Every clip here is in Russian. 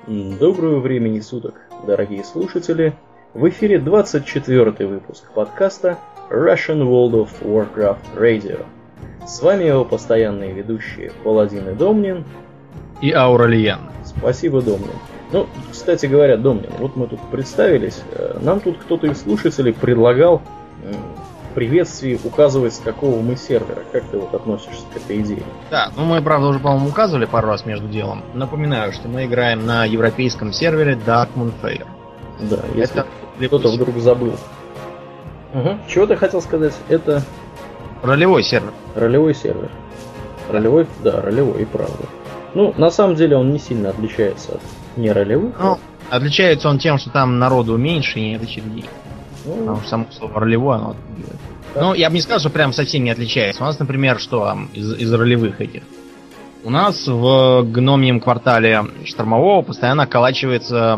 Доброго времени суток, дорогие слушатели! В эфире 24-й выпуск подкаста Russian World of Warcraft Radio. С вами его постоянные ведущие Паладин и Домнин. И Ауралиен. Спасибо, Домнин. Ну, кстати говоря, Домнин, вот мы тут представились. Нам тут кто-то из слушателей предлагал в приветствии указывать, с какого мы сервера. Как ты вот относишься к этой идее? Да, ну мы, правда, уже, по-моему, указывали пару раз между делом. Напоминаю, что мы играем на европейском сервере Darkmoon Faire. Да, если кто-то вдруг забыл. Угу. Чего ты хотел сказать? Это... Ролевой сервер. Ролевой сервер. Ролевой, да, ролевой, и правда. Ну, на самом деле он не сильно отличается от неролевых. Ну, отличается он тем, что там народу меньше и нет очередей. Потому что само слово ролевое, оно отпугивает. Ну, я бы не сказал, что прям совсем не отличается. У нас, например, что из ролевых этих? У нас в гномьем квартале Штормового постоянно околачивается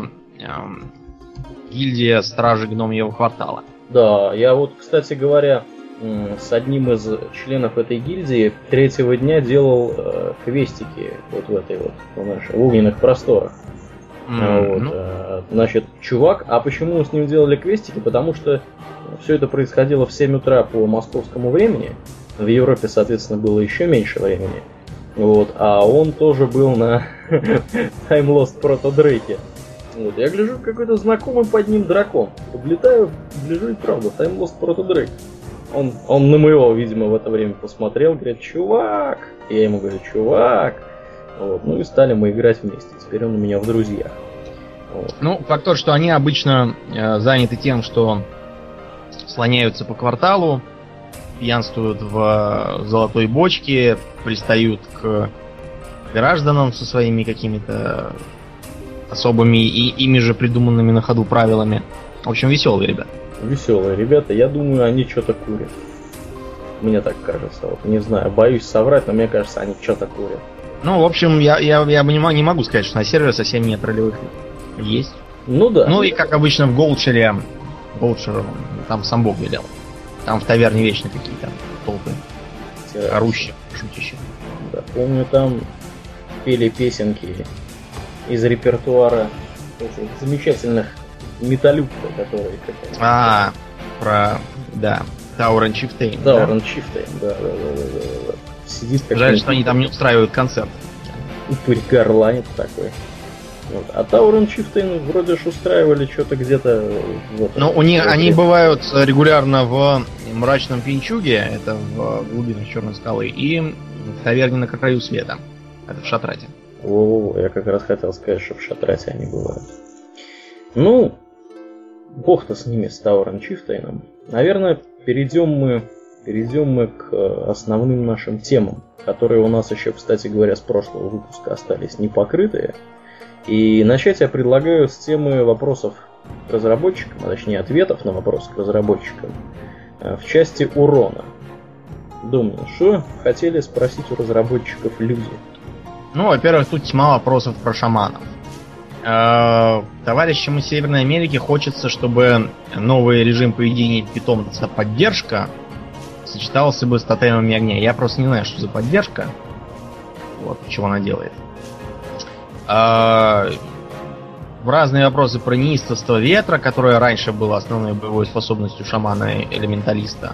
гильдия стражи гномьего квартала. Да, я вот, кстати говоря, с одним из членов этой гильдии третьего дня делал квестики вот в этой вот, знаешь, в огненных просторах. Значит, чувак, а почему мы с ним делали квестики? Потому что все это происходило в 7 утра по московскому времени. В Европе, соответственно, было еще меньше времени. Вот, а он тоже был на Time Lost Proto Drake. Вот, я гляжу, какой-то знакомый под ним дракон. Подлетаю, гляжу и правда, Time Lost Proto Drake. Он на моего, видимо, в это время посмотрел, говорит: чувак! Я ему говорю: чувак! Вот, ну и стали мы играть вместе. Теперь он у меня в друзьях. Вот. Ну, факт тот, что они обычно заняты тем, что слоняются по кварталу, пьянствуют в золотой бочке, пристают к гражданам со своими какими-то особыми и ими же придуманными на ходу правилами. В общем, веселые ребята. Веселые ребята, я думаю, они что-то курят. Мне так кажется. Вот, не знаю, боюсь соврать, но мне кажется, они что-то курят. Ну, в общем, я не могу сказать, что на сервере совсем нет ролевых. Есть. Ну да. Ну и как обычно в Голдшере, там сам Бог велел. Там в таверне вечно какие-то толпы орущие, шутящие. Да, помню, там пели песенки из репертуара этих замечательных металлюков, которые... Да, Tauren Chieftain. Tauren Chieftain, да. Сидит как... Жаль, что они там не устраивают концерт. Упырь горланит такой. Вот. А Tauren Chieftain вроде ж устраивали что-то где-то... Ну, они бывают регулярно в Мрачном Пинчуге, это в глубинах Черной скалы, и в таверне на краю света. Это в Шатрате. Я как раз хотел сказать, что в Шатрате они бывают. Ну, бог-то с ними, с Tauren Chieftain. Наверное, перейдем мы к основным нашим темам, которые у нас еще, кстати говоря, с прошлого выпуска остались не покрытые. И начать я предлагаю с темы вопросов к разработчикам, а точнее ответов на вопросы к разработчикам в части урона. Думаю, что хотели спросить у разработчиков люди? Ну, во-первых, тут тьма вопросов про шаманов. Товарищам из Северной Америки хочется, чтобы новый режим поведения питомца поддержка сочетался бы с тотемами огня. Я просто не знаю, что за поддержка. Вот, чего она делает. Разные вопросы про неистовство ветра, которое раньше было основной боевой способностью шамана-элементалиста.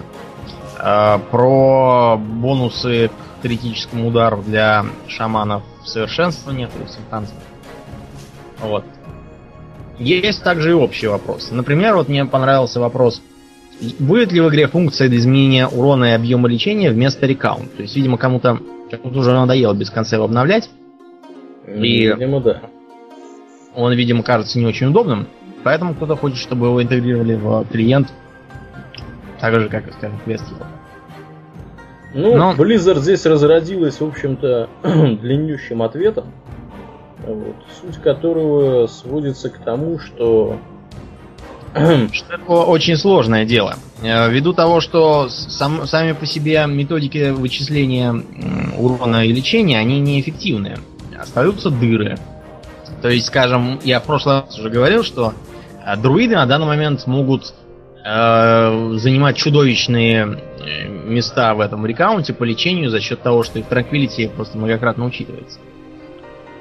Про бонусы к критическому удару для шаманов совершенствования, то есть танцев. Вот. Есть также и общие вопросы. Например, вот мне понравился вопрос: будет ли в игре функция для изменения урона и объема лечения вместо рекаунт? То есть, видимо, кому-то уже надоело без конца его обновлять. И видимо, да. Он, видимо, кажется не очень удобным. Поэтому кто-то хочет, чтобы его интегрировали в клиент. Так же, как, скажем, QuestHero. Но Blizzard здесь разродилась, в общем-то, длиннющим ответом. Вот, суть которого сводится к тому, что это очень сложное дело. Ввиду того, что сами по себе методики вычисления урона и лечения, они неэффективны. Остаются дыры. То есть, скажем, я в прошлый раз уже говорил, что друиды на данный момент могут занимать чудовищные места в этом рекаунте по лечению за счет того, что их транквилити просто многократно учитывается.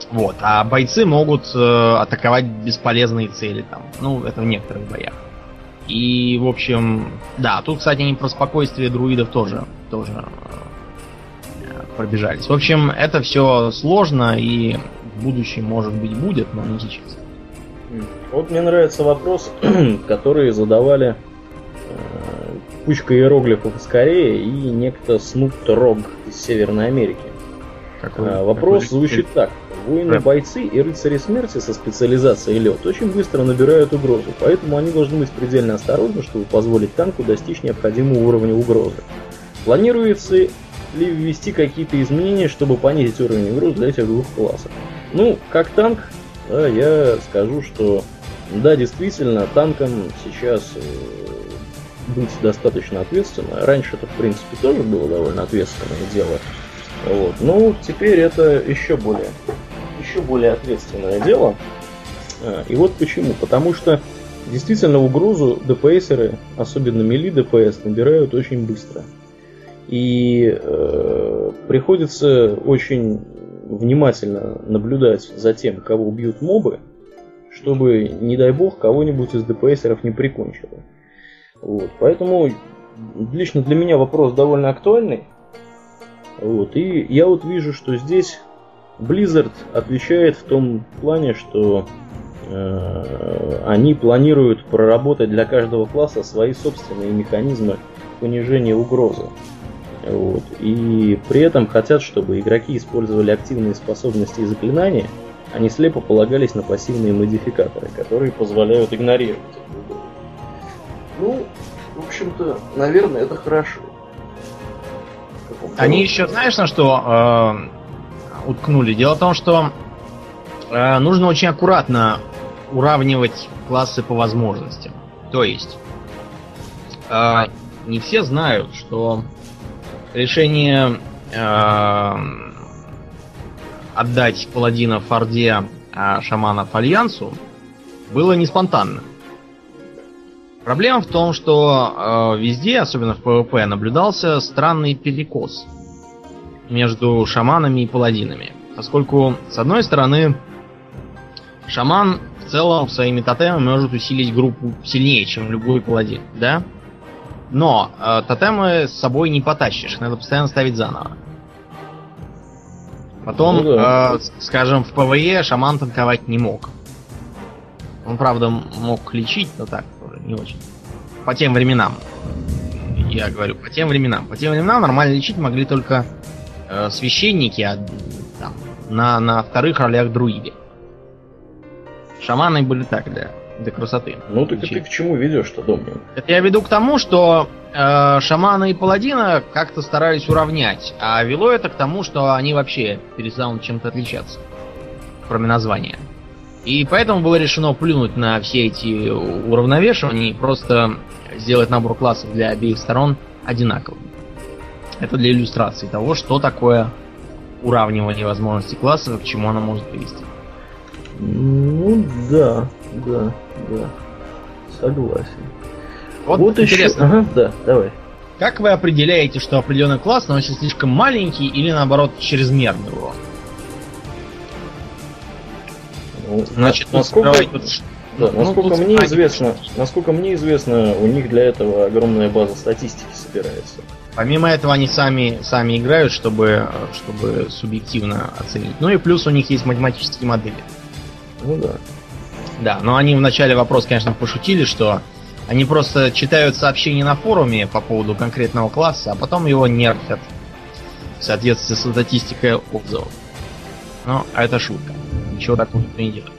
Вот. А бойцы могут атаковать бесполезные цели там. Ну, это в некоторых боях. И, в общем, да, тут, кстати, они про спокойствие друидов тоже пробежались. В общем, это все сложно и в будущем, может быть, будет, но не сейчас. Вот мне нравится вопрос, который задавали кучка иероглифов из Кореи и некто Snoop Dogg из Северной Америки. Вопрос звучит так. Воины-бойцы и рыцари смерти со специализацией лед очень быстро набирают угрозу, поэтому они должны быть предельно осторожны, чтобы позволить танку достичь необходимого уровня угрозы. Планируется ли ввести какие-то изменения, чтобы понизить уровень угрозы для этих двух классов? Ну, как танк, да, я скажу, что да, действительно, танком сейчас быть достаточно ответственно. Раньше это, в принципе, тоже было довольно ответственное дело. Вот. Ну, теперь это еще более ответственное дело. И вот почему. Потому что действительно угрозу ДПСеры, особенно мили ДПС, набирают очень быстро. И приходится очень внимательно наблюдать за тем, кого бьют мобы, чтобы, не дай бог, кого-нибудь из ДПСеров не прикончило. Вот. Поэтому лично для меня вопрос довольно актуальный. Вот. И я вот вижу, что здесь Blizzard отвечает в том плане, что они планируют проработать для каждого класса свои собственные механизмы понижения угрозы. Вот. И при этом хотят, чтобы игроки использовали активные способности и заклинания, а не слепо полагались на пассивные модификаторы, которые позволяют игнорировать эту угрозу. Ну, в общем-то, наверное, это хорошо. Они еще, знаешь, на что уткнули? Дело в том, что нужно очень аккуратно уравнивать классы по возможностям. То есть, не все знают, что решение отдать паладинов Орде, а шаманов Альянсу было не спонтанно. Проблема в том, что везде, особенно в ПВП, наблюдался странный перекос между шаманами и паладинами. Поскольку, с одной стороны, шаман в целом своими тотемами может усилить группу сильнее, чем любой паладин, да? Но тотемы с собой не потащишь, их надо постоянно ставить заново. Потом, скажем, в ПВЕ шаман танковать не мог. Он, правда, мог лечить, но так тоже не очень. По тем временам. Я говорю, по тем временам. По тем временам нормально лечить могли только священники, а там, на вторых ролях друиды. Шаманы были так, для красоты. Ну так ты к чему ведешь-то, Домнин? Это я веду к тому, что шамана и паладина как-то старались уравнять, а вело это к тому, что они вообще перестанут чем-то отличаться, кроме названия. И поэтому было решено плюнуть на все эти уравновешивания и просто сделать набор классов для обеих сторон одинаковым. Это для иллюстрации того, что такое уравнивание возможностей классов и к чему оно может привести. Ну да. Согласен. Вот интересно. Ага, да, давай. Как вы определяете, что определенный класс наносит слишком маленький или наоборот чрезмерный урон? Значит, насколько мне известно, у них для этого огромная база статистики собирается. Помимо этого, они сами играют, чтобы субъективно оценить. Ну и плюс у них есть математические модели. Ну да. Да, но они в начале вопроса, конечно, пошутили, что они просто читают сообщения на форуме по поводу конкретного класса, а потом его нерфят в соответствии со статистикой отзывов. Ну, а это шутка. Ничего такого никто не делает.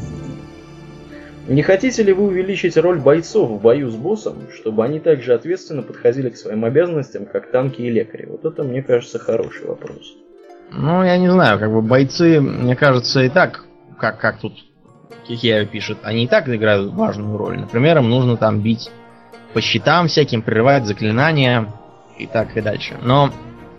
Не хотите ли вы увеличить роль бойцов в бою с боссом, чтобы они также ответственно подходили к своим обязанностям, как танки и лекари? Вот это, мне кажется, хороший вопрос. Ну, я не знаю, как бы бойцы, мне кажется, и так, как тут Кихея пишет, они и так играют важную роль. Например, им нужно там бить по щитам всяким, прерывать заклинания и так и дальше. Но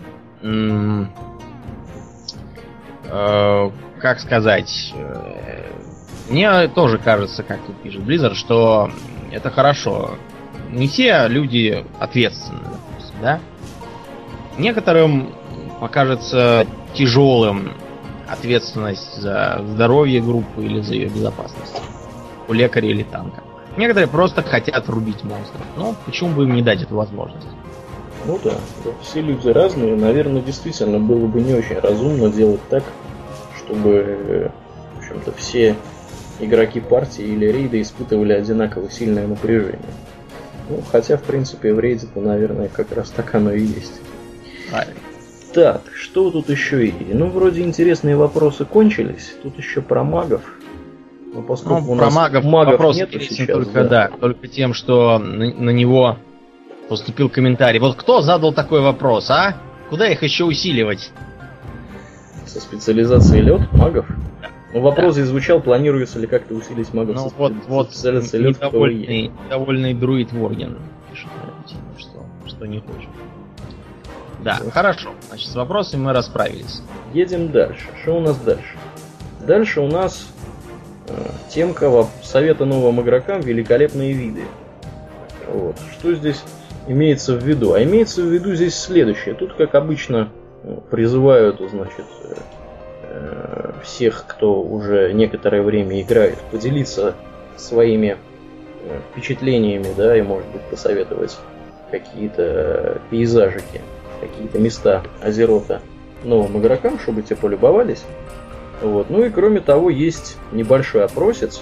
как сказать, мне тоже кажется, как тут пишет Blizzard, что это хорошо. Не все люди ответственны, допустим, да? Некоторым покажется тяжелым ответственность за здоровье группы или за ее безопасность. У лекаря или танка. Некоторые просто хотят рубить монстров. Но почему бы им не дать эту возможность? Ну да, все люди разные. Наверное, действительно было бы не очень разумно делать так, чтобы, в общем-то, все игроки партии или рейда испытывали одинаково сильное напряжение. Ну, хотя, в принципе, в рейде-то, наверное, как раз так оно и есть. Правильно. Так, что тут еще есть? Ну, вроде интересные вопросы кончились. Тут еще про магов. Но поскольку у нас магов нету сейчас, только тем, что на него поступил комментарий. Вот кто задал такой вопрос, а? Куда их еще усиливать? Со специализацией лед магов? Ну, вопрос здесь звучал, планируется ли как-то усилить магов со специализацией лед? Недовольный друид Ворген пишет, что не хочет. Да, хорошо. Значит, с вопросами мы расправились. Едем дальше. Что у нас дальше? Дальше у нас темка совета новым игрокам «Великолепные виды». Вот. Что здесь имеется в виду? А имеется в виду здесь следующее. Тут, как обычно, призывают, значит, всех, кто уже некоторое время играет, поделиться своими впечатлениями, да, и, может быть, посоветовать какие-то пейзажики, какие-то места Азерота новым игрокам, чтобы те полюбовались. Вот. Ну и кроме того, есть небольшой опросец,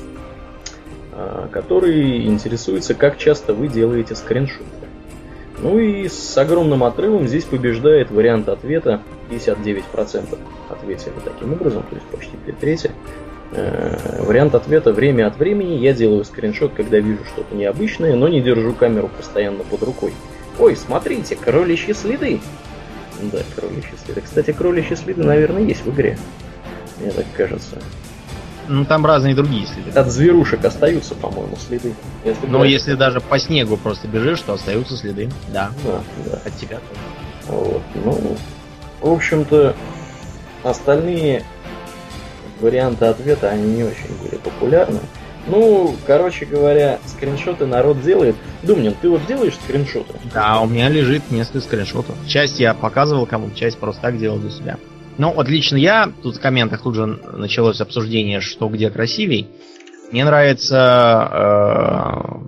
который интересуется, как часто вы делаете скриншоты. Ну и с огромным отрывом здесь побеждает вариант ответа. 59% ответили таким образом, то есть почти 2/3. Вариант ответа: время от времени я делаю скриншот, когда вижу что-то необычное, но не держу камеру постоянно под рукой. Ой, смотрите, кроличьи следы. Да, кроличьи следы. Кстати, кроличьи следы, наверное, есть в игре. Мне так кажется. Ну, там разные другие следы. От зверушек остаются, по-моему, следы. Если даже по снегу просто бежишь, то остаются следы. Да. От тебя тоже. Вот. Ну, в общем-то, остальные варианты ответа, они не очень были популярны. Ну, короче говоря, скриншоты народ делает. Думнин, ты вот делаешь скриншоты? Да, у меня лежит несколько скриншотов. Часть я показывал кому-то, часть просто так делал для себя. Ну, вот лично я, тут в комментах тут же началось обсуждение, что где красивей. Мне нравится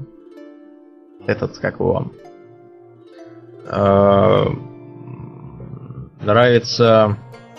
нравится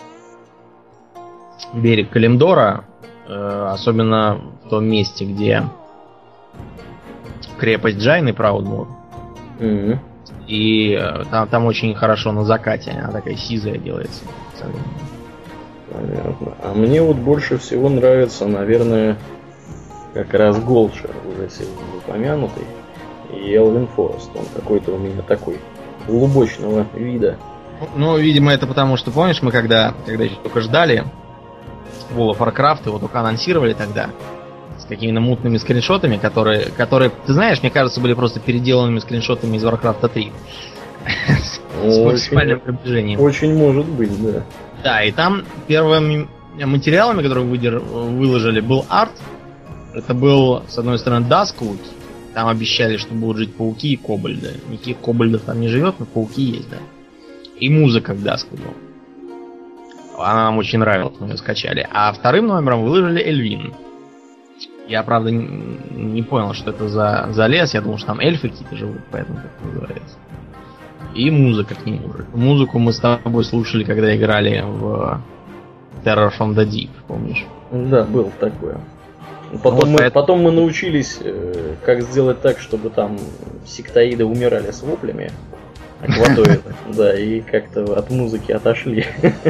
берег Калимдора, особенно в том месте, где крепость Джайны Праудмур. Mm-hmm. И там очень хорошо на закате, она такая сизая делается. Понятно. А мне вот больше всего нравится, наверное, как раз Голшер, уже сегодня упомянутый, и Элвин Форест. Он какой-то у меня такой глубочного вида. Ну, видимо, это потому, что, помнишь, мы когда еще только ждали World of Warcraft, его только анонсировали тогда, с какими-то мутными скриншотами, которые, ты знаешь, мне кажется, были просто переделанными скриншотами из Warcraft 3. С максимальным приближением. Очень может быть, да. Да, и там первыми материалами, которые выложили, был арт. Это был, с одной стороны, Duskwood. Там обещали, что будут жить пауки и кобальды. Никаких кобальдов там не живет, но пауки есть, да. И музыка к Duskwood. Она нам очень нравилась, мы ее скачали. А вторым номером выложили Эльвин. Я, правда, не понял, что это за лес. Я думал, что там эльфы какие-то живут, поэтому так называется. И музыка к нему. Музыку мы с тобой слушали, когда играли в Terror from the Deep, помнишь? Да, было такое. Потом мы научились, как сделать так, чтобы там сектоиды умирали с воплями. Акватоиды, да, и как-то от музыки отошли.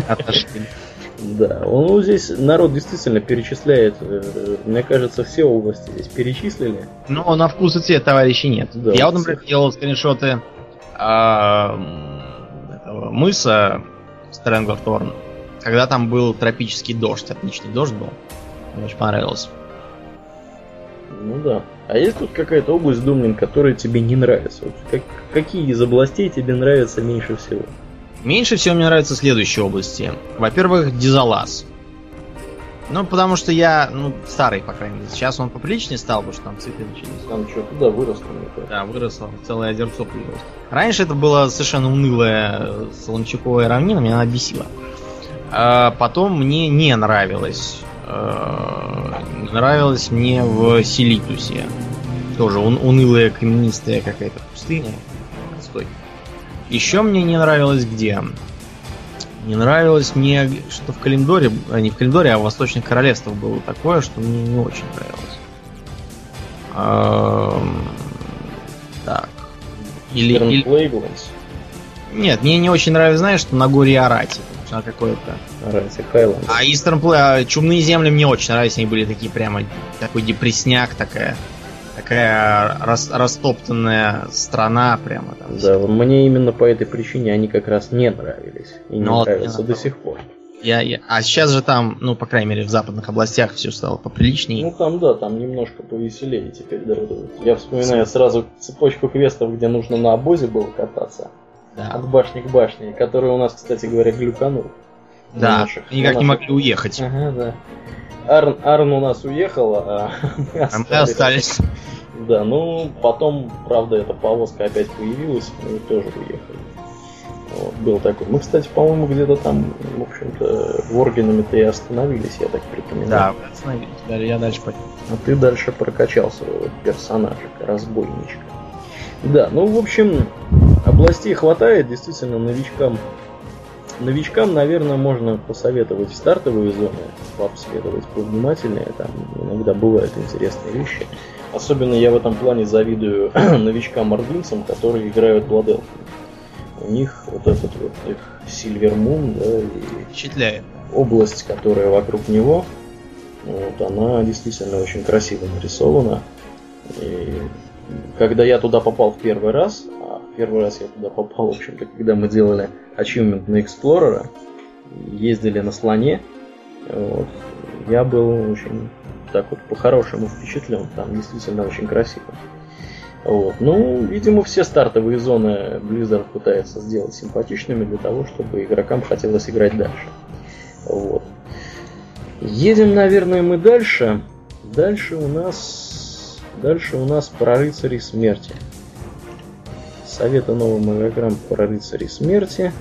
Да, ну здесь народ действительно перечисляет, мне кажется, все области здесь перечислили. Но на вкус и цвет товарищей нет. Да, я вот, например, делал скриншоты мыса Стрэнгорторн, когда там был тропический дождь, отличный дождь был. Мне очень понравилось. Ну да. А есть тут какая-то область, Думнин, которая тебе не нравится? Вот какие из областей тебе нравятся меньше всего? Меньше всего мне нравятся следующие области. Во-первых, Дезалаз. Ну, потому что я, старый, по крайней мере. Сейчас он поприличнее стал, потому что там цветы начались. Там что, туда выросло? Да, выросло. Целое озерцо появилось. Раньше это была совершенно унылая солончаковая равнина, меня она бесила. А потом мне не нравилось. Нравилось мне в Селитусе. Тоже унылая каменистая какая-то пустыня. Стой. Еще мне не нравилось где? Не нравилось мне, что в Калимдоре, не в Калимдоре, а в Восточных Королевствах было такое, что мне не очень нравилось. Так. Или... Нет, мне не очень нравится, знаешь, что на горе Арати. На какое-то. Арати Хайланд. А Eastern Play, чумные земли мне очень нравились, они были такие прямо, такой депресняк, такая растоптанная страна прямо там. Да, мне именно по этой причине они как раз не нравились. И не нравятся до сих пор. А сейчас же там, ну, по крайней мере, в западных областях все стало поприличнее. Ну там, да, там немножко повеселее теперь. Да, я вспоминаю сразу цепочку квестов, где нужно на обозе было кататься. Да. От башни к башне, который у нас, кстати говоря, глюканул. Да, никак не могли уехать. Ага, да. Арн у нас уехал, а мы остались. Да, ну, потом, правда, эта повозка опять появилась, мы тоже уехали. Вот, был такой. Мы, кстати, по-моему, где-то там, в общем-то, в Оргенами-то и остановились, я так припоминаю. Да, вы остановились. Я дальше пойду. А ты дальше прокачал своего персонажика, разбойничка. Да, ну, в общем, областей хватает, действительно, новичкам. Новичкам, наверное, можно посоветовать в стартовые зоны пообследовать повнимательнее, там иногда бывают интересные вещи. Особенно я в этом плане завидую новичкам-ордынцам, которые играют Blood Elf. У них вот этот вот их Silver Moon, да, и впечатляет. Область, которая вокруг него, вот, она действительно очень красиво нарисована. И когда я туда попал в первый раз, а в первый раз я туда попал, в общем-то, когда мы делали ачивмент на Эксплорера, ездили на слоне, вот, я был очень так вот по-хорошему впечатлен, там действительно очень красиво. Вот. Ну, видимо, все стартовые зоны Blizzard пытается сделать симпатичными для того, чтобы игрокам хотелось играть дальше. Вот. Едем, наверное, мы дальше. Дальше у нас про рыцарей смерти. Советы новым игрокам про рыцарей смерти.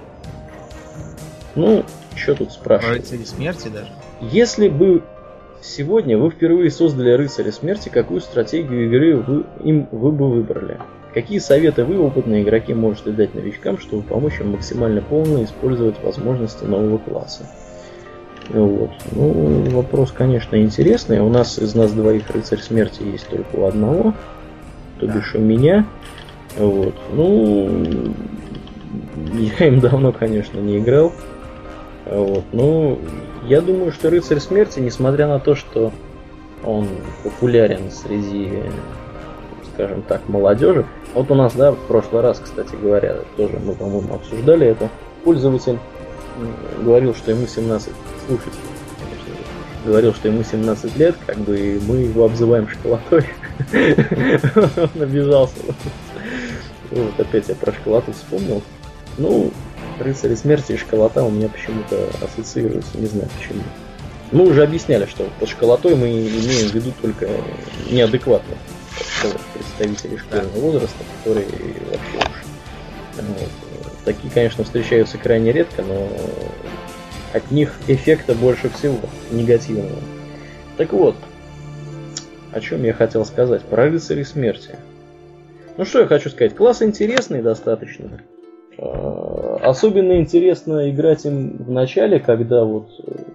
Ну, что тут спрашивать? Про рыцарей смерти даже? Если бы сегодня вы впервые создали рыцаря смерти, какую стратегию игры вы бы выбрали? Какие советы вы, опытные игроки, можете дать новичкам, чтобы помочь им максимально полно использовать возможности нового класса? Вот. Ну, вопрос, конечно, интересный. У нас из нас двоих рыцарь смерти есть только у одного, то бишь у меня. Вот. Ну, я им давно, конечно, не играл. Вот. Ну, я думаю, что рыцарь смерти, несмотря на то, что он популярен среди, скажем так, молодежи. Вот у нас, да, в прошлый раз, кстати говоря, тоже мы, по-моему, обсуждали это. Пользователь говорил, что ему 17, слушайте, говорил, что ему 17 лет, как бы, и мы его обзываем школотой. Он обижался. Вот опять я про школоту вспомнил. Ну, рыцари смерти и школота у меня почему-то ассоциируются, не знаю почему. Мы уже объясняли, что под школотой мы имеем в виду только неадекватных представителей школьного возраста, которые вообще уж... Вот. Такие, конечно, встречаются крайне редко, но от них эффекта больше всего негативного. Так вот, о чем я хотел сказать про рыцарей смерти. Ну что я хочу сказать, класс интересный достаточно. Особенно интересно играть им в начале, когда вот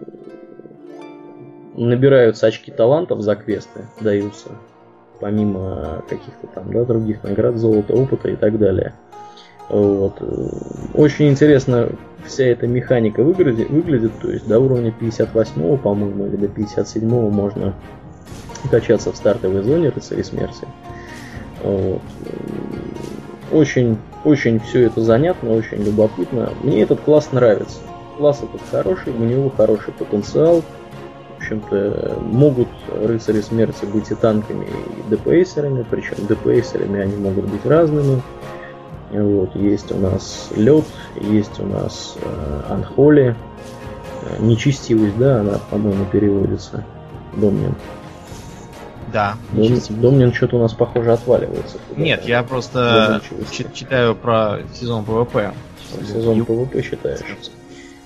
набираются очки талантов за квесты, даются, помимо каких-то там, да, других наград, золота, опыта и так далее. Вот. Очень интересно вся эта механика выглядит, то есть до уровня 58, по-моему, или до 57 можно качаться в стартовой зоне рыцарей смерти. Вот. Очень все это занятно, очень любопытно. Мне этот класс нравится. Класс этот хороший, у него хороший потенциал. В общем-то, могут рыцари смерти быть и танками, и ДПСерами, причем ДПСерами они могут быть разными. Вот, есть у нас лед, есть у нас анхоли, нечестивость, да, она, по-моему, переводится. Домнин. Да. Домнин что-то у нас, похоже, отваливается. Нет, я просто читаю про сезон ПВП. Сезон ПВП читаешь.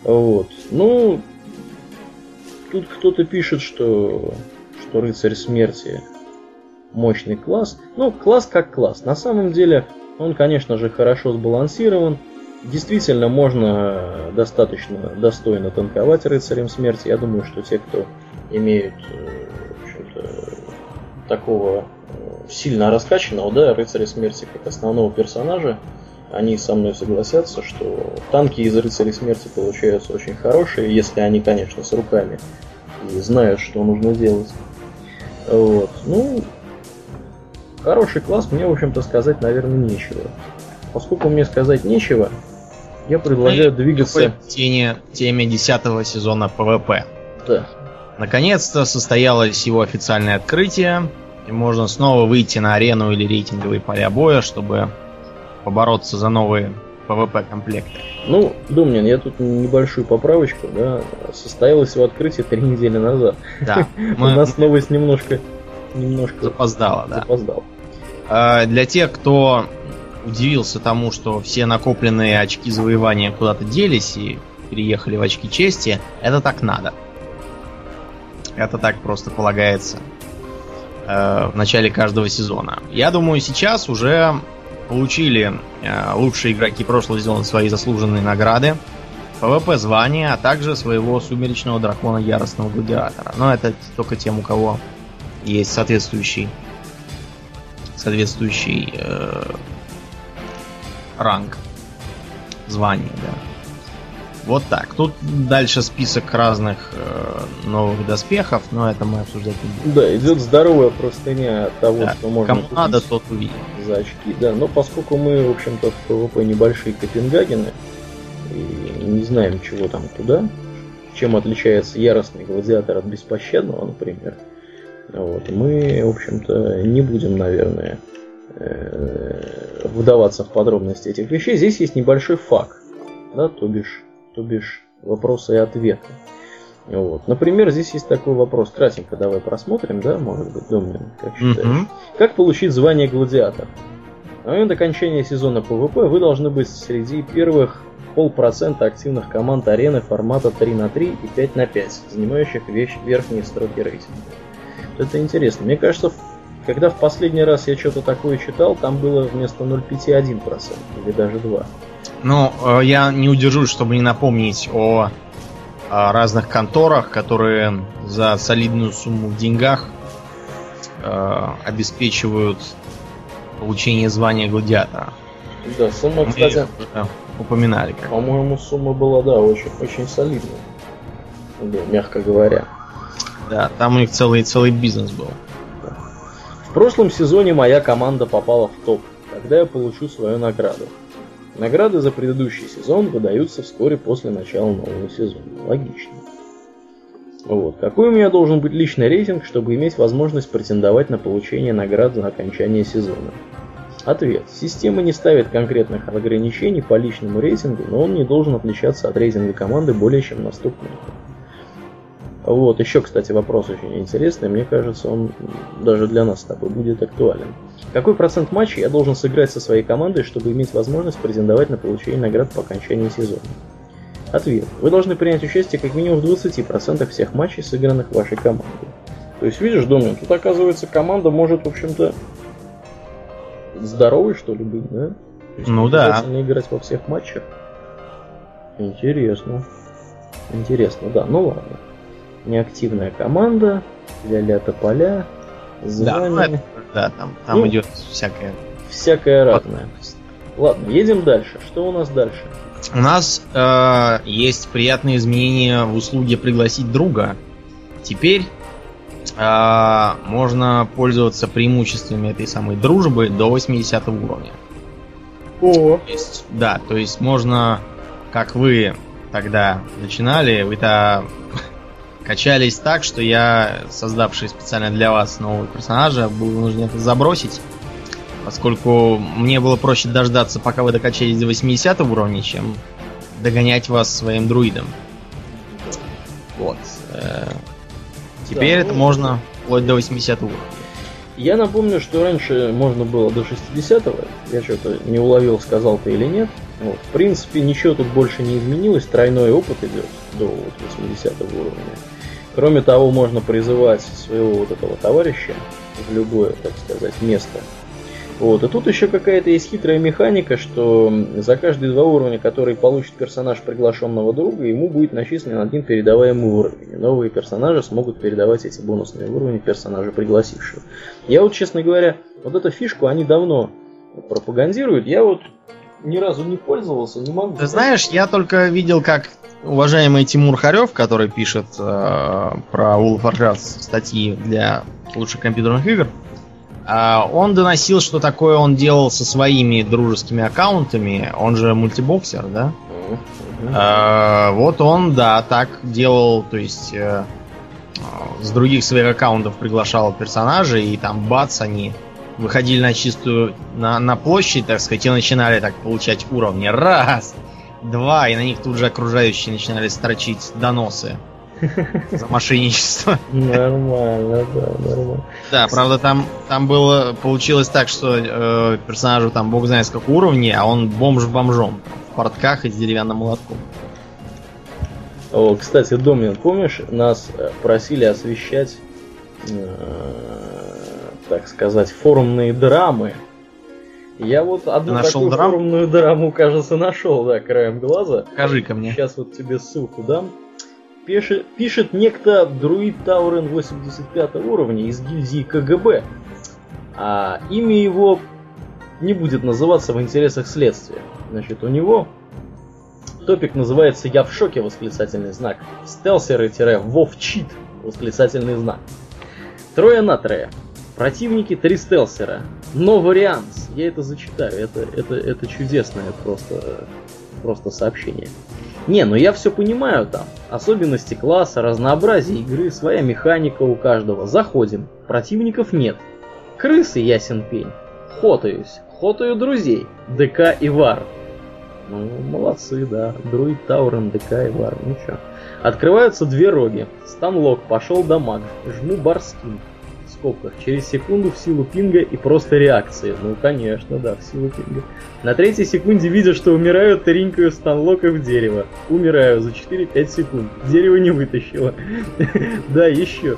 Вот. Ну, тут кто-то пишет, что Рыцарь Смерти мощный класс. Ну, класс как класс. На самом деле, он, конечно же, хорошо сбалансирован. Действительно, можно достаточно достойно танковать Рыцарем Смерти. Я думаю, что те, кто имеют в общем-то, такого сильно раскачанного, да, Рыцаря Смерти как основного персонажа, они со мной согласятся, что танки из Рыцаря Смерти получаются очень хорошие, если они, конечно, с руками и знают, что нужно делать. Вот. Ну, хороший класс, мне, в общем-то, сказать, наверное, нечего. Поскольку мне сказать нечего, я предлагаю двигаться к теме 10-го сезона ПВП. Да. Наконец-то состоялось его официальное открытие, и можно снова выйти на арену или рейтинговые поля боя, чтобы побороться за новые ПВП-комплекты. Ну, Домнин, я тут небольшую поправочку, да, состоялось его открытие 3 недели назад. Да. У нас новость немножко запоздала, да. Запоздала. Для тех, кто удивился тому, что все накопленные очки завоевания куда-то делись и переехали в очки чести, это так надо. Это так просто полагается в начале каждого сезона. Я думаю, сейчас уже получили лучшие игроки прошлого сезона свои заслуженные награды, ПВП звания, а также своего сумеречного дракона яростного гладиатора. Но это только тем, у кого есть соответствующий ранг звания, да. Вот так. Тут дальше список разных новых доспехов, но это мы обсуждать не будем. Да, идет здоровая простыня того, да, что можно кому купить надо, тот увидит. За очки, да. Но поскольку мы, в общем-то, в ПВП небольшие Копенгагены и не знаем, чего там куда, чем отличается яростный гладиатор от беспощадного, например, вот, мы, в общем-то, не будем, наверное, вдаваться в подробности этих вещей. Здесь есть небольшой факт, да, то бишь вопросы и ответы. Вот. Например, здесь есть такой вопрос. Кратенько давай просмотрим, да, может быть, Домнин, как считаешь? Как получить звание гладиатор? На момент окончания сезона ПВП вы должны быть среди первых 0,5% активных команд арены формата 3х3 и 5х5, занимающих верхние строки рейтинга. Это интересно. Мне кажется, когда в последний раз я что-то такое читал, там было вместо 0,5 1% или даже 2%. Ну, я не удержусь, чтобы не напомнить о разных конторах, которые за солидную сумму в деньгах обеспечивают получение звания гладиатора. Да, сумма, кстати, упоминали. По-моему, сумма была, да, очень, очень солидная, да, мягко говоря. Да, там у них целый бизнес был. Да. В прошлом сезоне моя команда попала в топ, тогда я получу свою награду. Награды за предыдущий сезон выдаются вскоре после начала нового сезона. Логично. Вот. Какой у меня должен быть личный рейтинг, чтобы иметь возможность претендовать на получение наград за окончание сезона? Ответ. Система не ставит конкретных ограничений по личному рейтингу, но он не должен отличаться от рейтинга команды более чем на 100 пунктов. Вот, еще, кстати, вопрос очень интересный. Мне кажется, он даже для нас с тобой будет актуален. Какой процент матчей я должен сыграть со своей командой, чтобы иметь возможность претендовать на получение наград по окончании сезона? Ответ. Вы должны принять участие как минимум в 20% всех матчей, сыгранных вашей командой. То есть, видишь, Домнин, тут, оказывается, команда может, в общем-то, здоровой, что ли, быть, да? То есть, ну да. Играть во всех матчах. Интересно. Интересно, да, ну ладно. Неактивная команда, ля-ля тополя, звание. Да, там идет всякое разное. Ладно, едем дальше. Что у нас дальше? У нас есть приятные изменения в услуге пригласить друга. Теперь можно пользоваться преимуществами этой самой дружбы до 80 уровня. То есть можно, как вы тогда начинали, вы-то качались так, что я, создавший специально для вас нового персонажа, был вынужден это забросить, поскольку мне было проще дождаться, пока вы докачались до 80 уровня, чем догонять вас своим друидом. Вот. Теперь это можно вплоть до 80 уровня. Я напомню, что раньше можно было до 60-го. Я что-то не уловил, сказал ты или нет. Вот. В принципе, ничего тут больше не изменилось, тройной опыт идет до 80 уровня. Кроме того, можно призывать своего вот этого товарища в любое, так сказать, место. Вот. И тут еще какая-то есть хитрая механика, что за каждые 2 уровня, которые получит персонаж приглашенного друга, ему будет начислен один передаваемый уровень. И новые персонажи смогут передавать эти бонусные уровни персонажа пригласившего. Я вот, честно говоря, вот эту фишку они давно пропагандируют. Я вот ни разу не пользовался, не могу... Ты знаешь, я только видел, как уважаемый Тимур Харев, который пишет про World of Warcraft статьи для лучших компьютерных игр, он доносил, что такое он делал со своими дружескими аккаунтами, он же мультибоксер, да? Вот он, да, так делал, то есть с других своих аккаунтов приглашал персонажей, и там бац, они выходили на чистую, на площадь, так сказать, и начинали так получать уровни. 1, 2, и на них тут же окружающие начинали строчить доносы за мошенничество. Нормально, да, нормально. Да, правда, там получилось так, что персонажу там бог знает сколько уровней, а он бомж бомжом в портках и с деревянным молотком. О, кстати, Домнин, помнишь, нас просили освещать, так сказать, форумные драмы. Я вот одну такую форумную драму, кажется, нашел, да, краем глаза. Покажи-ка мне. Сейчас вот тебе ссылку дам. Пишет некто Друид Таурен 85 уровня из гильдии КГБ. А имя его не будет называться в интересах следствия. Значит, у него топик называется «Я в шоке!» восклицательный знак. Стелсеры-вовчит восклицательный знак. 3 на 3. Противники 3 стелсера. Но варианс. Я это зачитаю. Это чудесное просто сообщение. Не, ну я все понимаю там. Особенности класса, разнообразие игры, своя механика у каждого. Заходим. Противников нет. Крысы, ясен пень. Хотаю друзей. ДК и Вар. Ну, молодцы, да. Друид Таурен, ДК и Вар. Ничего. Открываются 2 роги. Станлок, пошел дамаг. Жму барскин. В скобках. Через секунду в силу пинга и просто реакции. Ну, конечно, да, в силу пинга. На 3-й секунде видя, что умираю, тринкаю станлока в дерево. Умираю за 4-5 секунд. Дерево не вытащило. Да, еще.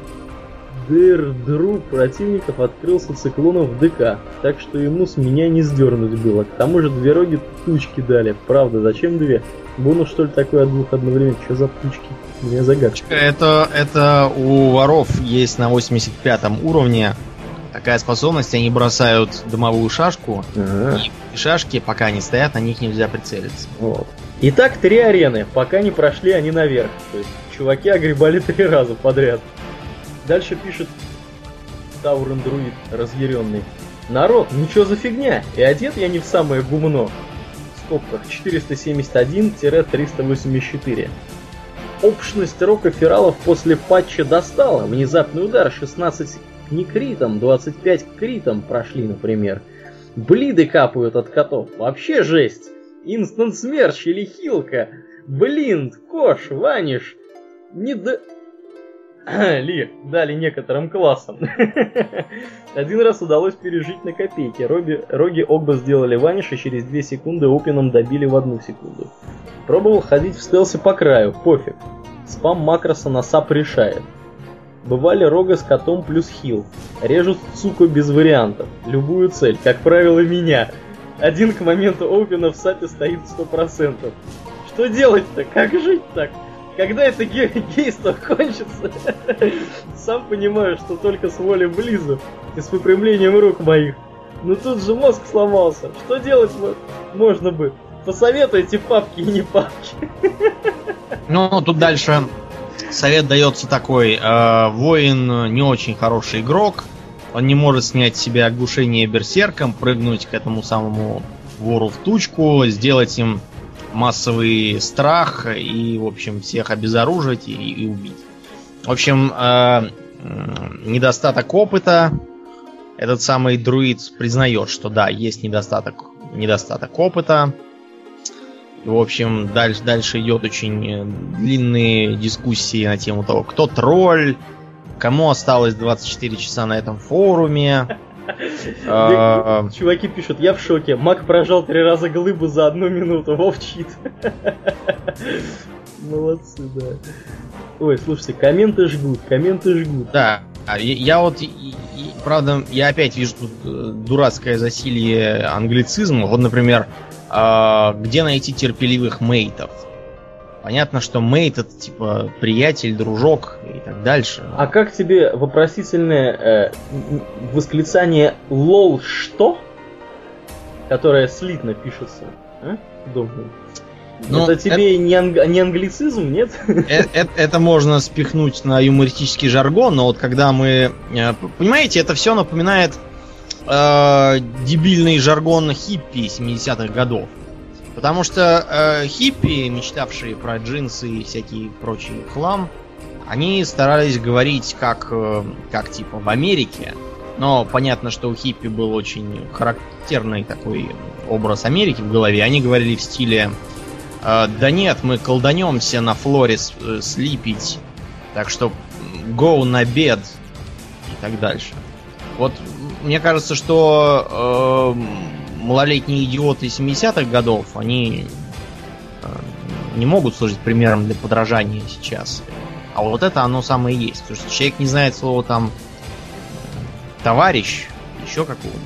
Друг противников открылся циклоном в ДК, так что ему с меня не сдернуть было. К тому же 2 роги тучки дали. Правда, зачем 2? Бонус, что ли, такой от 2 одновременно? Что за тучки? Мне загадка. Это у воров есть на 85 уровне такая способность. Они бросают дымовую шашку, и шашки, пока они стоят, на них нельзя прицелиться. Вот. Итак, 3 арены. Пока не прошли они наверх. То есть чуваки огребали 3 раза подряд. Дальше пишет Таурен Друид, разъяренный. Народ, ничего за фигня, и одет я не в самое гумно. В скобках 471-384. Общность рока фералов после патча достала. Внезапный удар 16 не критом, 25 критом прошли, например. Блиды капают от котов. Вообще жесть. Инстант смерч или хилка. Блин, кош, ваниш. Ли дали некоторым классам. Один раз удалось пережить на копейки. Роги оба сделали ваниш и через 2 секунды опином добили в 1 секунду. Пробовал ходить в стелсе по краю, пофиг. Спам макроса на сап решает. Бывали рога с котом плюс хил. Режут сука без вариантов. Любую цель, как правило меня. Один к моменту опина в сапе стоит 100%. Что делать-то? Как жить так? Когда это гейство кончится? Сам понимаю, что только с воли Близу и с выпрямлением рук моих. Но тут же мозг сломался. Что делать можно бы? Посоветуйте папки и не папки. Ну, тут дальше совет дается такой. Воин не очень хороший игрок. Он не может снять с себя оглушение берсерком, прыгнуть к этому самому вору в тучку, сделать им массовый страх и, в общем, всех обезоружить и убить. В общем, недостаток опыта. Этот самый друид признает, что да, есть недостаток опыта. В общем, дальше идет очень длинные дискуссии на тему того, кто тролль, кому осталось 24 часа на этом форуме, Чуваки пишут, я в шоке. Мак прожал 3 раза глыбу за 1 минуту. Вовчит. Молодцы, да. Ой, слушайте, комменты жгут. Да, я вот, правда, я опять вижу тут дурацкое засилье англицизма. Вот, например, где найти терпеливых мейтов? Понятно, что мейт это типа приятель, дружок и так дальше. А как тебе вопросительное восклицание «лол что?» которое слитно пишется? А? Думаю. Ну, это тебе не англицизм, нет? Это можно спихнуть на юмористический жаргон, но вот когда мы... Понимаете, это все напоминает дебильный жаргон хиппи 70-х годов. Потому что хиппи, мечтавшие про джинсы и всякий прочий хлам, они старались говорить как типа в Америке. Но понятно, что у хиппи был очень характерный такой образ Америки в голове. Они говорили в стиле: да нет, мы колданемся на флоре слипить, так что go на бед и так дальше. Вот мне кажется, что малолетние идиоты 70-х годов, они не могут служить примером для подражания сейчас. А вот это оно самое и есть. Потому что человек не знает слова там товарищ, еще какого-нибудь.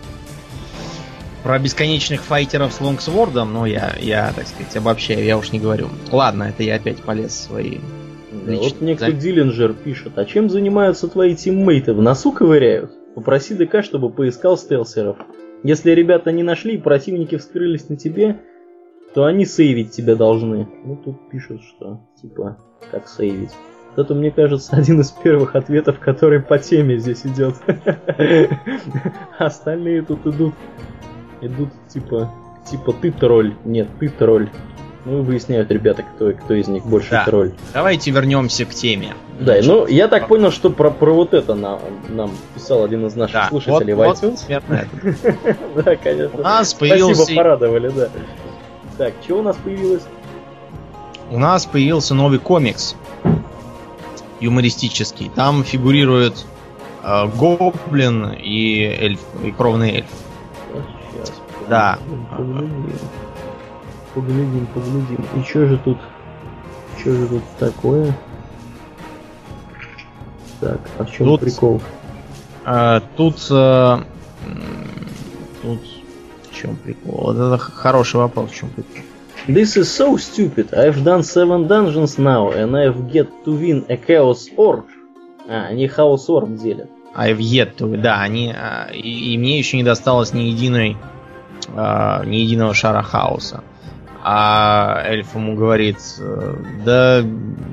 Про бесконечных файтеров с лонгсвордом, но я, так сказать, обобщаю, я уж не говорю. Ладно, это я опять полез в свои... Да, вот некто Диллинджер пишет: а чем занимаются твои тиммейты? В носу ковыряют? Попроси ДК, чтобы поискал стелсеров. Если ребята не нашли и противники вскрылись на тебе, то они сейвить тебя должны. Ну, тут пишут, что, типа, как сейвить. Это, мне кажется, один из первых ответов, который по теме здесь идет. Остальные тут идут, типа, ты тролль. Нет, ты тролль. Ну и выясняют ребята, кто из них больше тролль. Давайте вернемся к теме. Да, ну я так понял, что про вот это нам писал один из наших слушателей в iTunes. Да, конечно. У нас появился... Спасибо, порадовали, да. Так, что у нас появилось? У нас появился новый комикс юмористический. Там фигурирует гоблин и эльф, и кровный эльф. Сейчас. Да. Поглядим. И что же тут такое? Так, а в чем прикол? Тут в чем прикол? Вот это хороший вопрос, в чем прикол. This is so stupid. I've done 7 dungeons now, and I've get to win a chaos orb. Они chaos orb делят. I've yet to, да, они и мне еще не досталось ни единого шара хаоса. А эльф ему говорит: да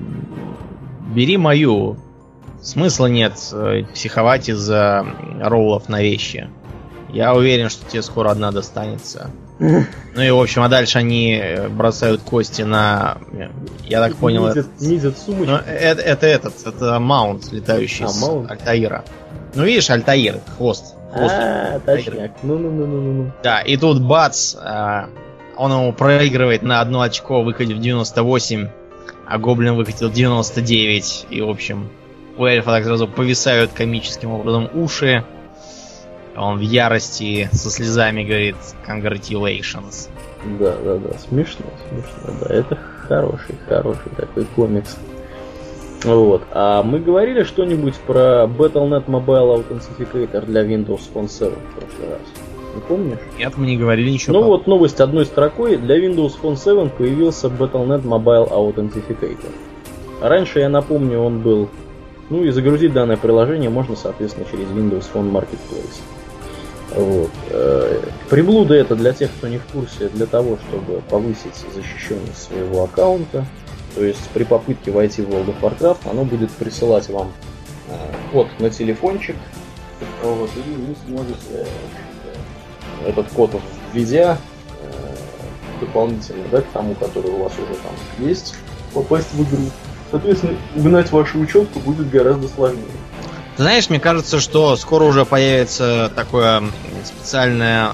бери мою. Смысла нет психовать из-за роллов на вещи. Я уверен, что тебе скоро одна достанется. Ну и в общем, а дальше они бросают кости на... Я так понял... Низят сумочку. Это маунт, летающий с Альтаира. Ну видишь, Альтаир, хвост. Точняк. Ну. Да, и тут бац, он ему проигрывает на 1 очко, выкатив 98, а гоблин выкатил 99. И, в общем, у эльфа так сразу повисают комическим образом уши. Он в ярости со слезами говорит «Congratulations». Да, смешно, да, это хороший такой комикс. Вот, а мы говорили что-нибудь про Battle.net Mobile Authenticator для Windows Phone 7 в прошлый раз? Не помнишь? Нет, мы не говорили ничего. Ну вот новость одной строкой: для Windows Phone 7 появился Battle.net Mobile Authenticator. Раньше, я напомню, он был... Ну и загрузить данное приложение можно, соответственно, через Windows Phone Marketplace. Вот. Приблуда это, для тех, кто не в курсе, для того, чтобы повысить защищенность своего аккаунта. То есть при попытке войти в World of Warcraft оно будет присылать вам код на телефончик. Вот, и вы сможете этот код введя дополнительно, да, к тому, который у вас уже там есть, попасть в игру. Соответственно, угнать вашу учетку будет гораздо сложнее. Ты знаешь, мне кажется, что скоро уже появится такое специальное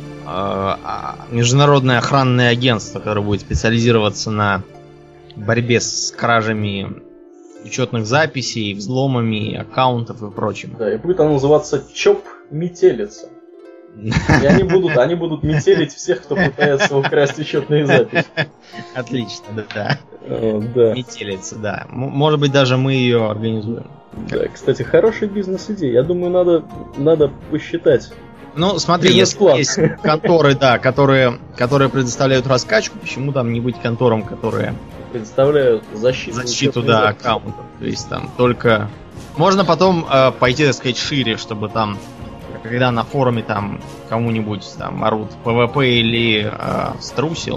международное охранное агентство, которое будет специализироваться на борьбе с кражами учетных записей, взломами аккаунтов и прочим. Да, и будет оно называться ЧОП, метелица. И они будут метелить всех, кто пытается украсть учетные записи. Отлично, да. Да. Метелица, да. Может быть, даже мы ее организуем. Да, кстати, хорошая бизнес-идея. Я думаю, надо посчитать. Ну, смотри, если есть конторы, да, которые предоставляют раскачку, почему там не быть конторам, которые предоставляют защиту да, аккаунтов. То есть там только... Можно потом пойти, так сказать, шире, чтобы там, когда на форуме там кому-нибудь там орут ПВП или струсил,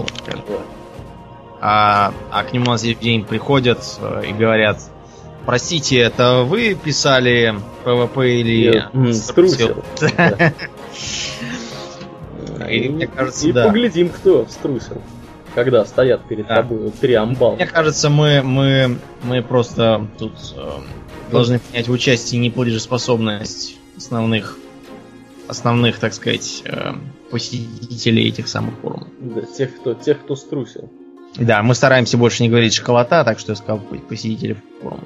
а к нему на следующий день приходят и говорят: простите, это вы писали ПВП или струсил? И мне кажется, и поглядим, кто струсил, когда стоят перед тобой 3 амбала. Мне кажется, мы просто тут должны принять в участии неплатежеспособность основных, так сказать, посетителей этих самых форумов. Да, тех, кто струсил. Да, мы стараемся больше не говорить школота, так что я сказал посетители форумов.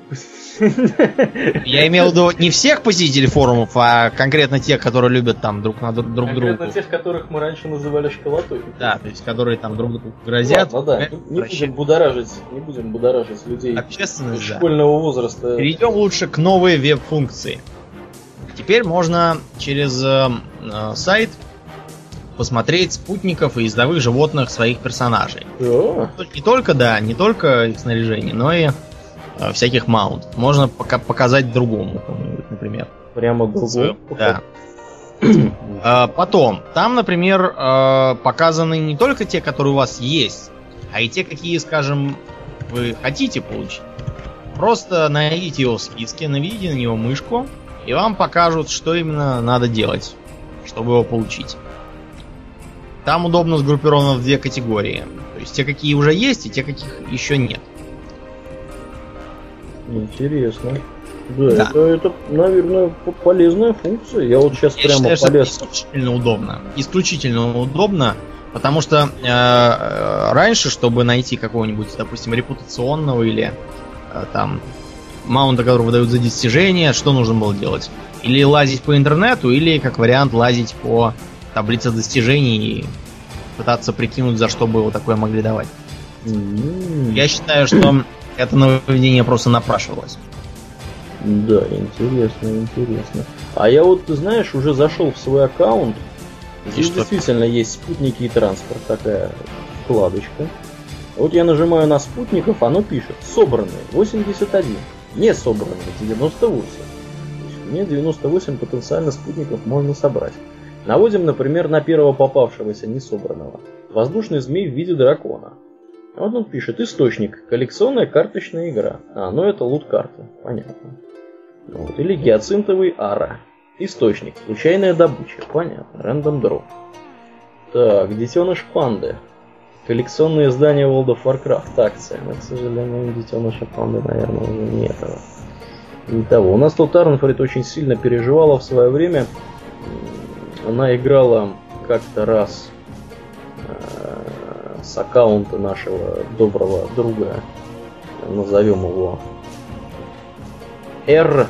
Я имел в виду не всех посетителей форумов, а конкретно тех, которые любят там друг друга. Конкретно тех, которых мы раньше называли школотой. Да, то есть которые там друг другу грозят. Ладно, да, не будем будоражить людей общественность, школьного возраста. Перейдем лучше к новой веб-функции. Теперь можно через сайт посмотреть спутников и ездовых животных своих персонажей. Не только их снаряжение, но и всяких маунтов. Можно показать другому кому-нибудь, например. Прямо другому? Да. Потом, там, например, показаны не только те, которые у вас есть, а и те, какие, скажем, вы хотите получить. Просто найдите его в списке, наведите на него мышку, и вам покажут, что именно надо делать, чтобы его получить. Там удобно сгруппировано в 2 категории. То есть те, какие уже есть, и те, каких еще нет. Интересно. Да. Это, наверное, полезная функция. Я вот сейчас прямо полез. Исключительно удобно, потому что раньше, чтобы найти какого-нибудь, допустим, репутационного или там маунта, который выдают за достижения, что нужно было делать? Или лазить по интернету, или, как вариант, лазить по таблице достижений и пытаться прикинуть, за что бы его такое могли давать. Я считаю, что это нововведение просто напрашивалось. Да, интересно. А я вот, ты знаешь, уже зашел в свой аккаунт. Здесь действительно есть спутники и транспорт, такая вкладочка. Вот я нажимаю на спутников, оно пишет: собранные 81, не собранные 98. Мне 98 потенциально спутников можно собрать. Наводим, например, на первого попавшегося несобранного. Воздушный змей в виде дракона. Вот он пишет: источник, коллекционная карточная игра. Ну это лут-карта, понятно. Вот. Или гиацинтовый ара. Источник, случайная добыча, понятно, random draw. Так, детеныш панды. Коллекционное издание World of Warcraft, акция. Но, к сожалению, детеныша панды, наверное, уже не этого. Не того. У нас тут Арнфрид очень сильно переживала в свое время. Она играла как-то раз с аккаунта нашего доброго друга, назовем его R.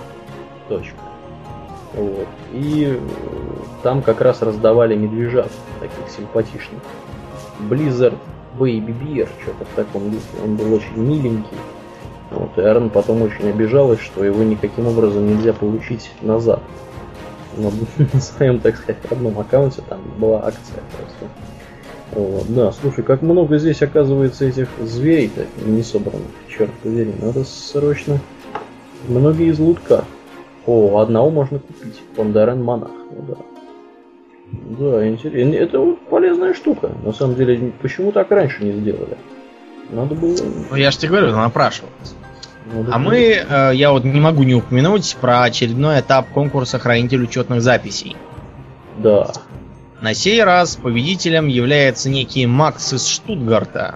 Вот. И там как раз раздавали медвежат, таких симпатичных. Blizzard Baby Bear, что-то в таком духе. Он был очень миленький. Вот. И Эрн потом очень обижалась, что его никаким образом нельзя получить назад. Но на своем, так сказать, одном аккаунте там была акция просто. Вот. Да, слушай, как много здесь оказывается этих зверей-то не собранных. Черт побери, надо срочно. Многие из лутка. Одного можно купить. Пондарен монах. Ну да. Да, интересно. Это вот полезная штука. На самом деле, почему так раньше не сделали? Надо было... Ну, я же тебе говорю, напрашивалось. Я вот не могу не упомянуть про очередной этап конкурса «Хранитель учетных записей». Да. На сей раз победителем является некий Макс из Штутгарта.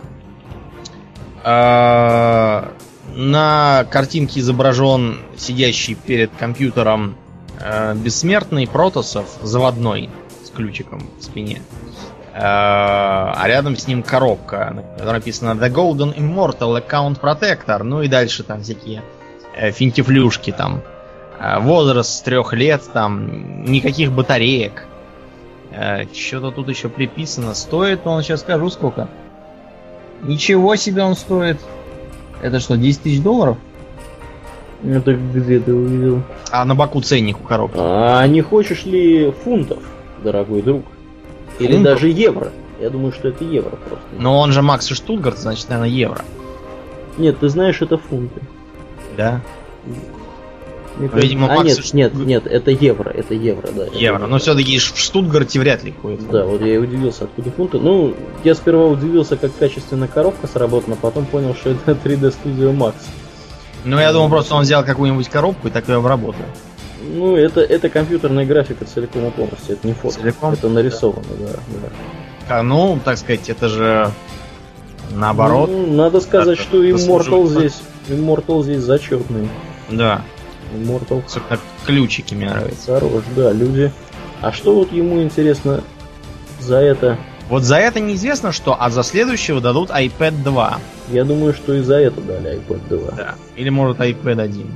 На картинке изображен сидящий перед компьютером бессмертный Протосов, заводной, с ключиком в спине. А рядом с ним коробка, на которой написано The Golden Immortal Account Protector. Ну и дальше там всякие финтифлюшки там. Возраст с 3 лет, там никаких батареек. Что-то тут еще приписано. Стоит он, сейчас скажу сколько. Ничего себе он стоит. Это что, 10 тысяч долларов? Это где ты увидел? А на боку ценник у коробки. А не хочешь ли фунтов, дорогой друг? Или Фунтов? даже евро? Я думаю, что это евро просто. Но он же Макс и Штутгарт, значит, наверное, евро. Нет, ты знаешь, это фунты. Да. Мне Видимо, кажется- Макс и нет, это евро, да. это Евро. Но все-таки в Штутгарте вряд ли ходит. Да, вот я и удивился, откуда фунты. Ну, я сперва удивился, как качественно коробка сработана, потом понял, что это 3D Studio Max. Ну, я думал, просто он взял какую-нибудь коробку и так ее обработал. Ну, это компьютерная графика целиком и полностью, это не фото. Целиком? Это нарисовано, да. Ну, так сказать, это же наоборот. Ну, надо сказать, Это что заслуживает. Immortal здесь зачетный. Да. Immortal Особенно ключики мне нравятся. хорош, да, люди. А что вот ему интересно за это? Вот за это неизвестно что, а за следующего дадут iPad 2. Я думаю, что и за это дали iPad 2. Да. Или может iPad 1.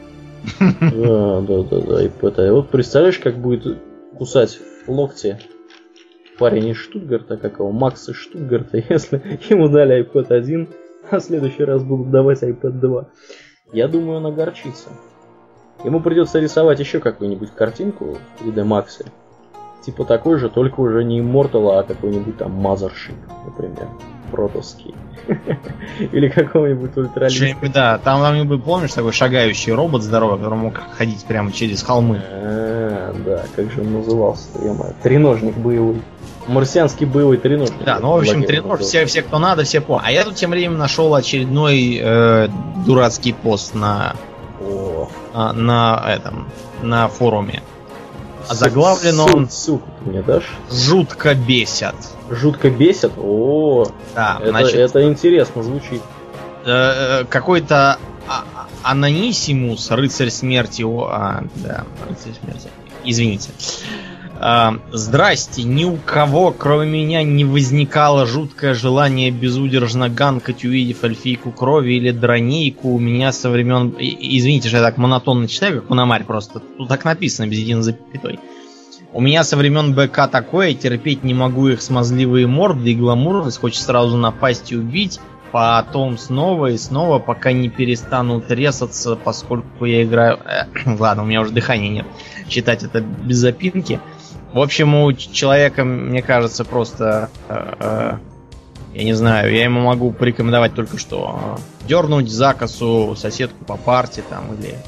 Да, iPad. А вот представляешь, как будет кусать локти парень из Штутгарта, как его, Макс из Штутгарта, если ему дали iPad 1, а в следующий раз будут давать iPad 2. Я думаю, он огорчится. Ему придется рисовать еще какую-нибудь картинку в 3D Max. Типа такой же, только уже не Immortal, а какой-нибудь там Mothership, например. Протовский. Или какого-нибудь ультралиста. Что-нибудь, да. Там, помнишь, такой шагающий робот здоровый, который мог ходить прямо через холмы. Да, как же он назывался-то, я-маю. Треножник боевой. Марсианский боевой треножник. Да, ну, в общем, тренож, все, кто надо, все по. А я тут тем временем нашел очередной дурацкий пост на форуме. Заглавлен он Ссылку ты мне дашь? «Жутко бесят». Жутко бесят? О, Да, это интересно звучит. Какой-то Анонимус, рыцарь смерти. Рыцарь смерти. Извините. Здрасте, ни у кого, кроме меня, не возникало жуткое желание безудержно ганкать, увидев эльфийку крови или дронейку. У меня со времен... Извините, что я так монотонно читаю, как Пономарь просто. Тут так написано, без единой запятой. У меня со времен БК такое, терпеть не могу их смазливые морды и гламурность, хочет сразу напасть и убить, потом снова и снова, пока не перестанут резаться, поскольку я играю... Ладно, у меня уже дыхания нет читать это без запинки. В общем, у человека, мне кажется, просто... я не знаю, я ему могу порекомендовать только что дернуть за косу соседку по парте там, или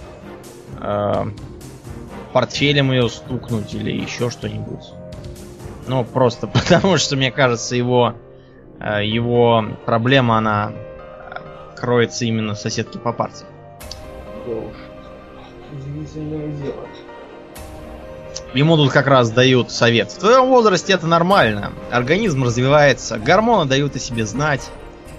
портфелем ее стукнуть, или еще что-нибудь. Ну, просто потому что, мне кажется, его проблема, она кроется именно в соседке по парте. Да уж. Удивительное дело. Ему тут как раз дают совет. В твоем возрасте это нормально. Организм развивается, гормоны дают о себе знать.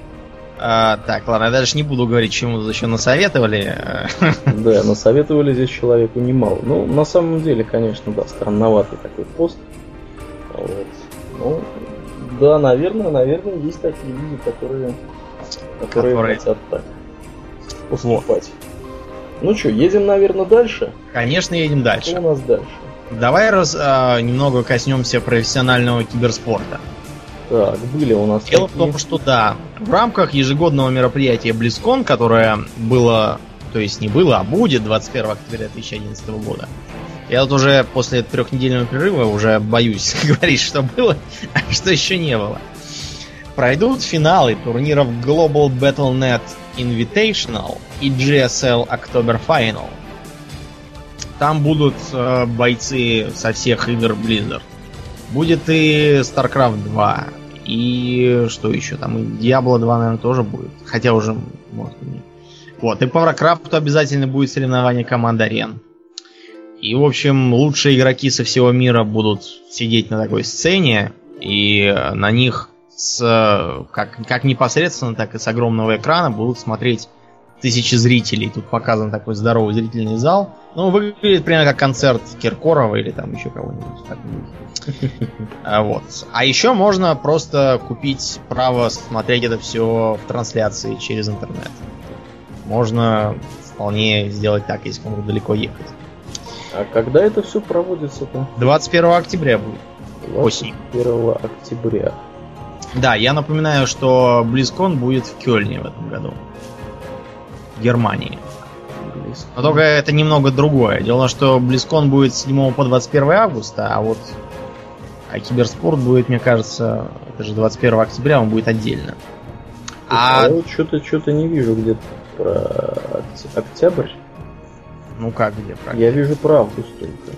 Так, ладно, я даже не буду говорить, чему тут еще насоветовали. Да, насоветовали здесь человеку немало. Ну, на самом деле, конечно, да, странноватый такой пост. Вот. Ну, да, наверное, есть такие люди, которые хотят так поступать. Ну что, едем, наверное, дальше? Конечно, едем дальше. Что у нас дальше? Давай немного коснемся профессионального киберспорта. Так, были у нас Дело в том, что да, в рамках ежегодного мероприятия BlizzCon, которое было, то есть не было, а будет 21 октября 2011 года. Я вот уже после трехнедельного перерыва уже боюсь говорить, что было, а что еще не было. Пройдут финалы турниров Global Battle.net Invitational и GSL October Final. Там будут бойцы со всех игр Blizzard. Будет и StarCraft 2, и что еще там, и Diablo 2, наверное, тоже будет. Хотя уже, может быть, нет. Вот, и по Warcraft обязательно будет соревнование команд Арен. И, в общем, лучшие игроки со всего мира будут сидеть на такой сцене, и на них как непосредственно, так и с огромного экрана будут смотреть тысячи зрителей. Тут показан такой здоровый зрительный зал. Ну, выглядит примерно как концерт Киркорова или там еще кого-нибудь. Вот. А еще можно просто купить право смотреть это все в трансляции через интернет. Можно вполне сделать так, если кому-то далеко ехать. А когда это все проводится-то? 21 октября будет. 21 октября. Да, я напоминаю, что BlizzCon будет в Кёльне в этом году. В Германии. Но только это немного другое. Дело в том, что BlizzCon будет с 7 по 21 августа, а Киберспорт будет, мне кажется, это же 21 октября, он будет отдельно. Я вот что-то не вижу где-то про октябрь. Ну как где? Я вижу про август только.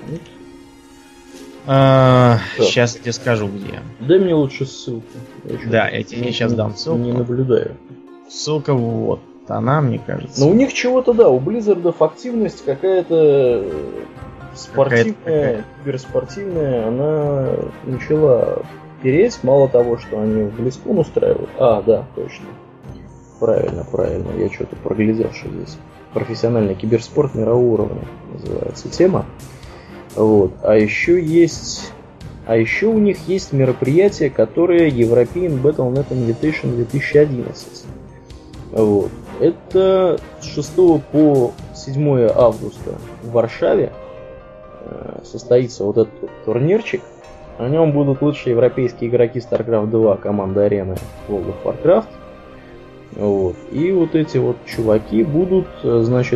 Сейчас я тебе скажу где. Дай мне лучше ссылку. Я тебе сейчас дам ссылку. Не наблюдаю. Ссылка вот она, мне кажется. Но у них чего-то, да, у Близзардов активность какая-то спортивная, киберспортивная, она начала переть. Мало того, что они в BlizzCon устраивают. Да, точно. Правильно. Я что-то проглядел, что здесь. Профессиональный киберспорт мирового уровня называется тема. Вот. А еще у них есть мероприятие, которое European Battle.net Invitation 2011. Вот. Это с 6 по 7 августа в Варшаве состоится вот этот турнирчик. На нем будут лучшие европейские игроки StarCraft 2 команды арены World of Warcraft. Вот. И вот эти вот чуваки будут, значит,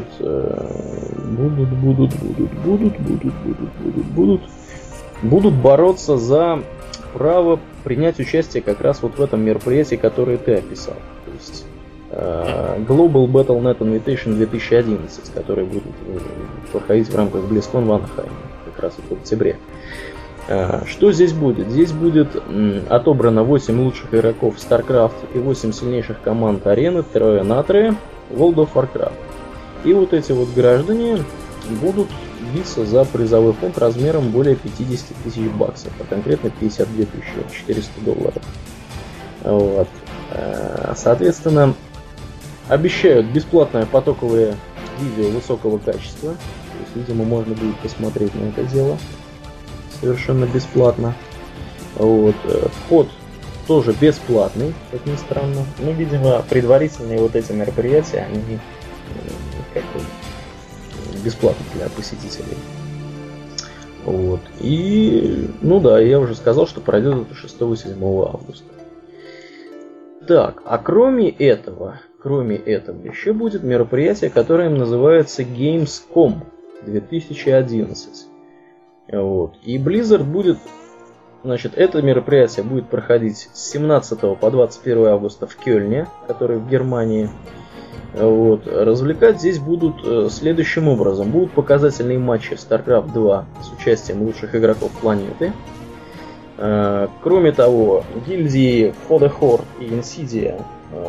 будут бороться за право принять участие как раз вот в этом мероприятии, которое ты описал. То есть Global Battle.net Invitation 2011, который будет проходить в рамках BlizzCon в Анахайме, как раз в октябре. Что здесь будет? Здесь будет отобрано 8 лучших игроков StarCraft и 8 сильнейших команд арены, трое на трое, World of Warcraft. И вот эти вот граждане будут биться за призовой фонд размером более 50 тысяч баксов, а конкретно 52 400 долларов. Вот. Соответственно, обещают бесплатное потоковое видео высокого качества. То есть, видимо, можно будет посмотреть на это дело совершенно бесплатно. Вот. Вход тоже бесплатный, как ни странно. Ну, видимо, предварительные вот эти мероприятия, они как бы бесплатны для посетителей. Вот. И, ну да, я уже сказал, что пройдет это 6-7 августа. Так, а кроме этого еще будет мероприятие, которое называется Gamescom 2011. Вот. И Blizzard будет, значит, это мероприятие будет проходить с 17 по 21 августа в Кёльне, который в Германии. Вот. Развлекать здесь будут следующим образом. Будут показательные матчи StarCraft 2 с участием лучших игроков планеты. Кроме того, гильдии For the Horde и Insidia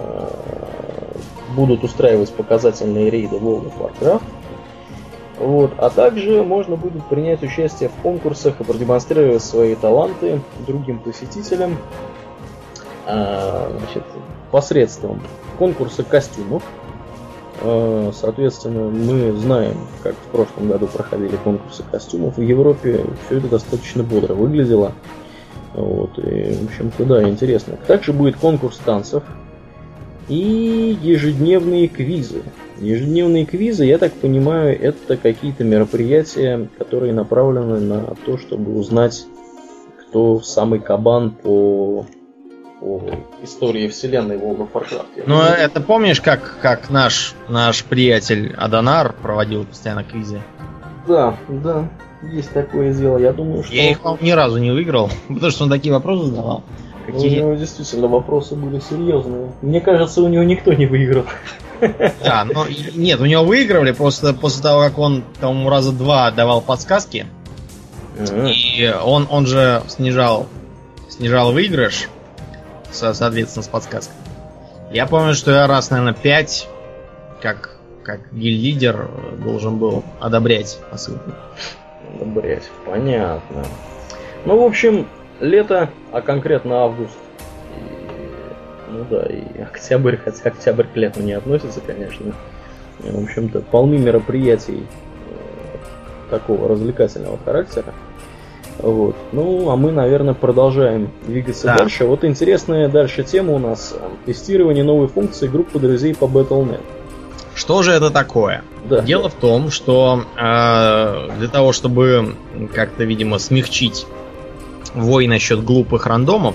будут устраивать показательные рейды World of Warcraft. Вот. А также можно будет принять участие в конкурсах и продемонстрировать свои таланты другим посетителям, значит, посредством конкурса костюмов. Соответственно, мы знаем, как в прошлом году проходили конкурсы костюмов. В Европе все это достаточно бодро выглядело. Вот. И, в общем-то, да, интересно. Также будет конкурс танцев и ежедневные квизы. Ежедневные квизы, я так понимаю, это какие-то мероприятия, которые направлены на то, чтобы узнать, кто самый кабан по истории вселенной World of Warcraft. Ну, это помнишь, как наш приятель Адонар проводил постоянно квизы? Да, есть такое дело. Я думаю, что... Я их, по-моему, ни разу не выиграл, потому что он такие вопросы задавал. У него действительно вопросы были серьезные. Мне кажется, у него никто не выиграл. Да, но нет, у него выигрывали просто после того, как он, по-моему, раза 2 давал подсказки. И он же снижал выигрыш, соответственно, с подсказкой. Я помню, что я раз, наверное, 5, как гильд-лидер, должен был одобрять посылку. Одобрять, понятно. Ну, в общем, лето, а конкретно август. Ну да, и октябрь, хотя октябрь к лету не относится, конечно. В общем-то, полны мероприятий такого развлекательного характера. Вот. Ну, а мы, наверное, продолжаем двигаться дальше. Вот интересная дальше тема у нас. Тестирование новой функции группы друзей по Battle.net. Что же это такое? Да. Дело в том, что для того, чтобы как-то, видимо, смягчить вой насчет глупых рандомов,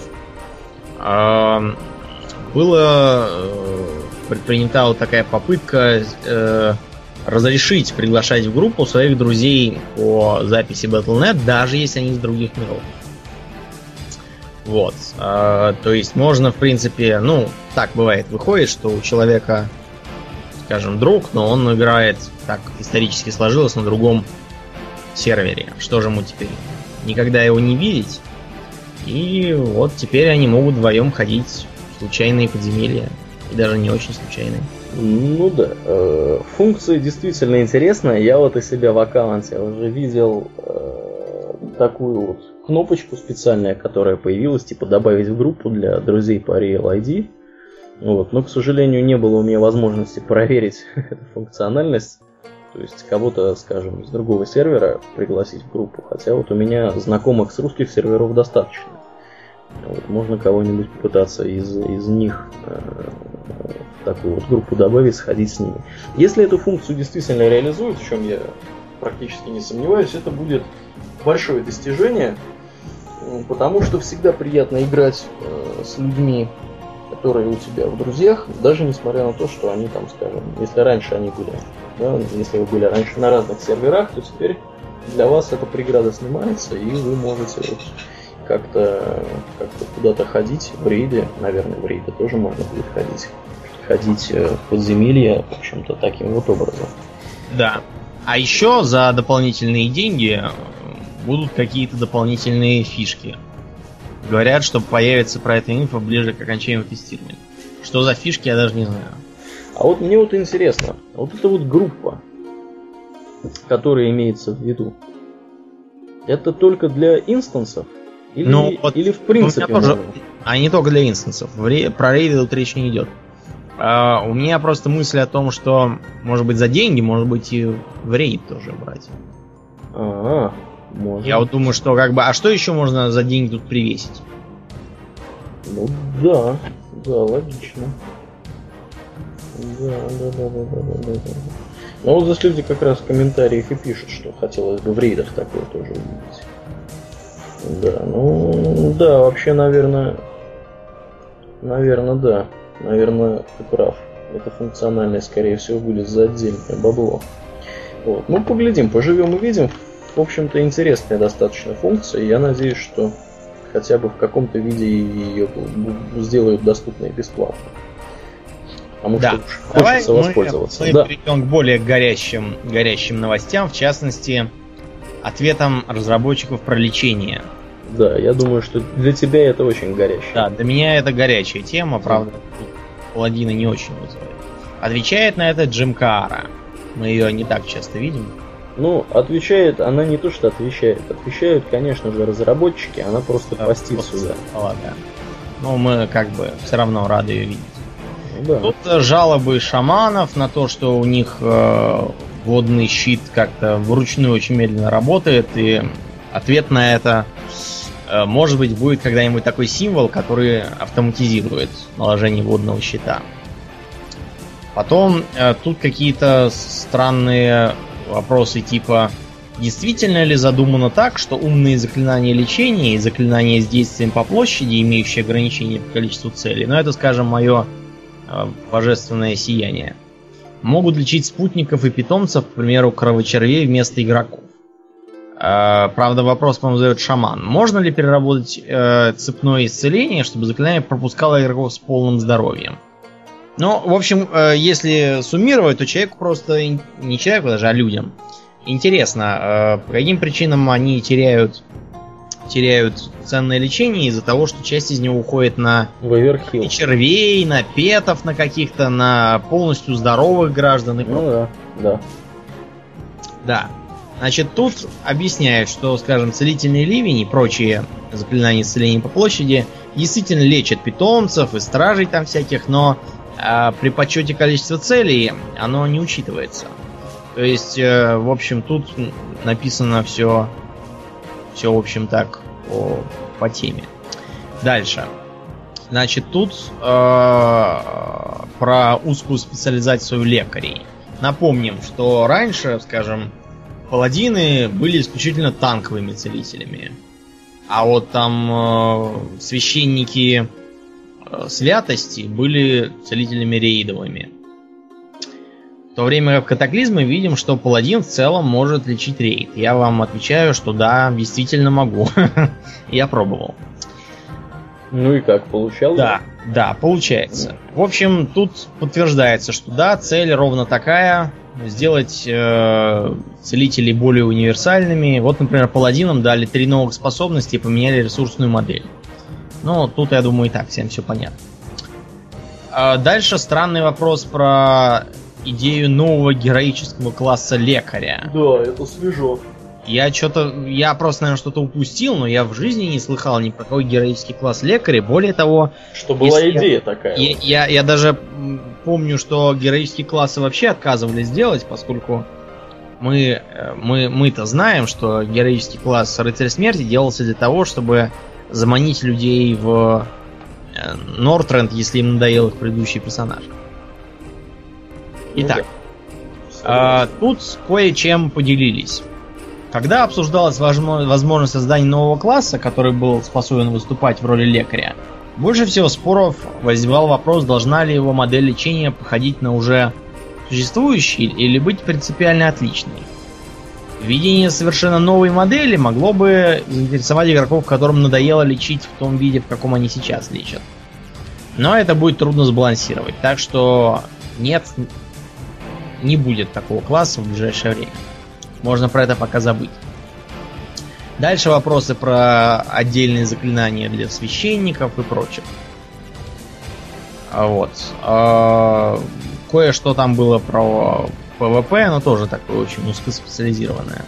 была предпринята вот такая попытка разрешить приглашать в группу своих друзей по записи Battle.net, даже если они из других миров. Вот. То есть можно, в принципе, ну, так бывает, выходит, что у человека, скажем, друг, но он играет, так исторически сложилось, на другом сервере. Что же ему теперь? Никогда его не видеть. И вот теперь они могут вдвоем ходить в случайные подземелья. И даже не очень случайные. Ну да. Функция действительно интересная. Я вот у себя в аккаунте уже видел такую вот кнопочку специальная, которая появилась, типа добавить в группу для друзей по Real ID. Вот. Но, к сожалению, не было у меня возможности проверить эту функциональность. То есть кого-то, скажем, с другого сервера пригласить в группу. Хотя вот у меня знакомых с русских серверов достаточно. Вот, можно кого-нибудь попытаться из них в такую вот группу добавить, сходить с ними. Если эту функцию действительно реализуют, в чем я практически не сомневаюсь, это будет большое достижение, потому что всегда приятно играть с людьми, которые у тебя в друзьях, даже несмотря на то, что они там, скажем, если раньше они были, да, если вы были раньше на разных серверах, то теперь для вас эта преграда снимается, и вы можете вот как-то куда-то ходить в рейды, наверное, в рейды тоже можно будет ходить в подземелья, в общем-то, таким вот образом. Да. А еще за дополнительные деньги будут какие-то дополнительные фишки. Говорят, что появится про это инфо ближе к окончанию тестирования. Что за фишки, я даже не знаю. А вот мне вот интересно, вот эта вот группа, которая имеется в виду, это только для инстансов? Или, ну, вот или в принципе тоже, а не только для инстансов. Про рейды тут речь не идет. У меня просто мысль о том, что может быть за деньги, может быть и в рейд тоже брать. Можно. Я вот думаю, что как бы... А что еще можно за деньги тут привесить? Ну да, логично. Да. Ну вот здесь люди как раз в комментариях и пишут, что хотелось бы в рейдах такое тоже увидеть. Да, ну да, вообще, наверное, да. Наверное, ты прав. Эта функциональность, скорее всего, будет за отдельное бабло. Вот. Ну, поглядим, поживем и видим. В общем-то, интересная достаточно функция. И я надеюсь, что хотя бы в каком-то виде ее сделают доступной бесплатно. Потому что хочется воспользоваться. Мы перейдем к более горящим новостям, в частности, ответом разработчиков про лечение. Да, я думаю, что для тебя это очень горячее. Да, для меня это горячая тема, правда, паладина не очень вызывает. Отвечает на это Джим Каара. Мы ее не так часто видим. Ну, отвечает, она не то что отвечает. Отвечают, конечно же, разработчики, она просто постит сюда. Да. Но мы как бы все равно рады ее видеть. Да. Тут жалобы шаманов на то, что у них водный щит как-то вручную очень медленно работает, и ответ на это, может быть, будет когда-нибудь такой символ, который автоматизирует наложение водного щита. Потом тут какие-то странные вопросы типа: действительно ли задумано так, что умные заклинания лечения и заклинания с действием по площади, имеющие ограничения по количеству целей, но это, скажем, мое божественное сияние, могут лечить спутников и питомцев, к примеру, кровочервей вместо игроков. Правда, вопрос, по-моему, задает шаман. Можно ли переработать цепное исцеление, чтобы заклинание пропускало игроков с полным здоровьем? Ну, в общем, если суммировать, то человеку просто, не человеку даже, а людям, интересно, по каким причинам они теряют ценное лечение из-за того, что часть из него уходит на и червей, на петов, на каких-то, на полностью здоровых граждан. И Да. Значит, тут объясняют, что, скажем, целительный ливень и прочие заклинания исцеления по площади действительно лечат питомцев и стражей там всяких, но при подсчете количества целей оно не учитывается. То есть, в общем, тут написано все в общем, так, по теме. Дальше. Значит, тут про узкую специализацию лекарей. Напомним, что раньше, скажем, паладины были исключительно танковыми целителями. А вот там священники святости были целителями рейдовыми. В то время как в катаклизме видим, что паладин в целом может лечить рейд. Я вам отвечаю, что да, действительно могу. Я пробовал. Ну и как, получалось? Да, получается. В общем, тут подтверждается, что да, цель ровно такая. Сделать целителей более универсальными. Вот, например, паладинам дали 3 новых способности и поменяли ресурсную модель. Ну, тут, я думаю, и так всем все понятно. Дальше странный вопрос про идею нового героического класса лекаря. Да, это свежо. Я просто, наверное, что-то упустил, но я в жизни не слыхал ни про какой героический класс лекаря. Более того... Что была идея такая. Я даже помню, что героические классы вообще отказывались делать, поскольку мы-то знаем, что героический класс Рыцарь Смерти делался для того, чтобы заманить людей в Нортренд, если им надоел их предыдущий персонаж. Итак, тут кое-чем поделились. Когда обсуждалась возможность создания нового класса, который был способен выступать в роли лекаря, больше всего споров возникал вопрос, должна ли его модель лечения походить на уже существующий или быть принципиально отличной. Введение совершенно новой модели могло бы заинтересовать игроков, которым надоело лечить в том виде, в каком они сейчас лечат. Но это будет трудно сбалансировать, так что нет, не будет такого класса в ближайшее время. Можно про это пока забыть. Дальше вопросы про отдельные заклинания для священников и прочих. Вот. Кое-что там было про ПВП, но тоже такое очень узкоспециализированное.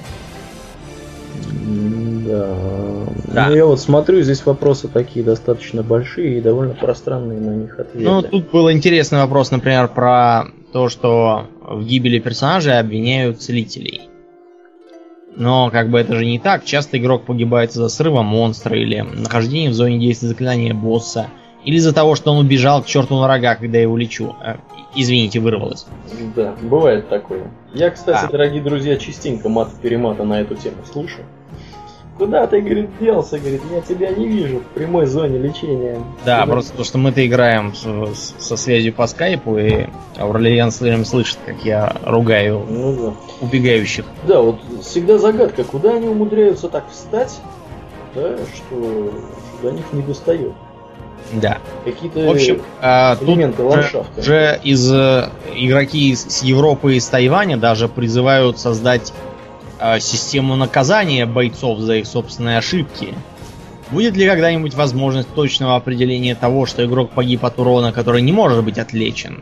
Да. Ну, я вот смотрю, здесь вопросы такие достаточно большие и довольно пространные на них ответы. Ну, тут был интересный вопрос, например, про то, что в гибели персонажей обвиняют целителей. Но как бы это же не так. Часто игрок погибает из-за срыва монстра или нахождения в зоне действия заклинания босса. Или из-за того, что он убежал к черту на рога, когда я его лечу. Извините, вырвалось. Да, бывает такое. Я, кстати, дорогие друзья, частенько мат-перемата на эту тему слышу. Куда ты, говорит, делся? Говорит, я тебя не вижу в прямой зоне лечения. Да, куда? Просто потому что мы-то играем со связью по скайпу, и Аурлиен слышит, как я ругаю убегающих. Да, вот всегда загадка, куда они умудряются так встать, да, что до них не достает. Да. Какие-то в общем, элементы ландшафта. Уже игроки из Европы и из Тайваня даже призывают создать систему наказания бойцов за их собственные ошибки. Будет ли когда-нибудь возможность точного определения того, что игрок погиб от урона, который не может быть отлечен?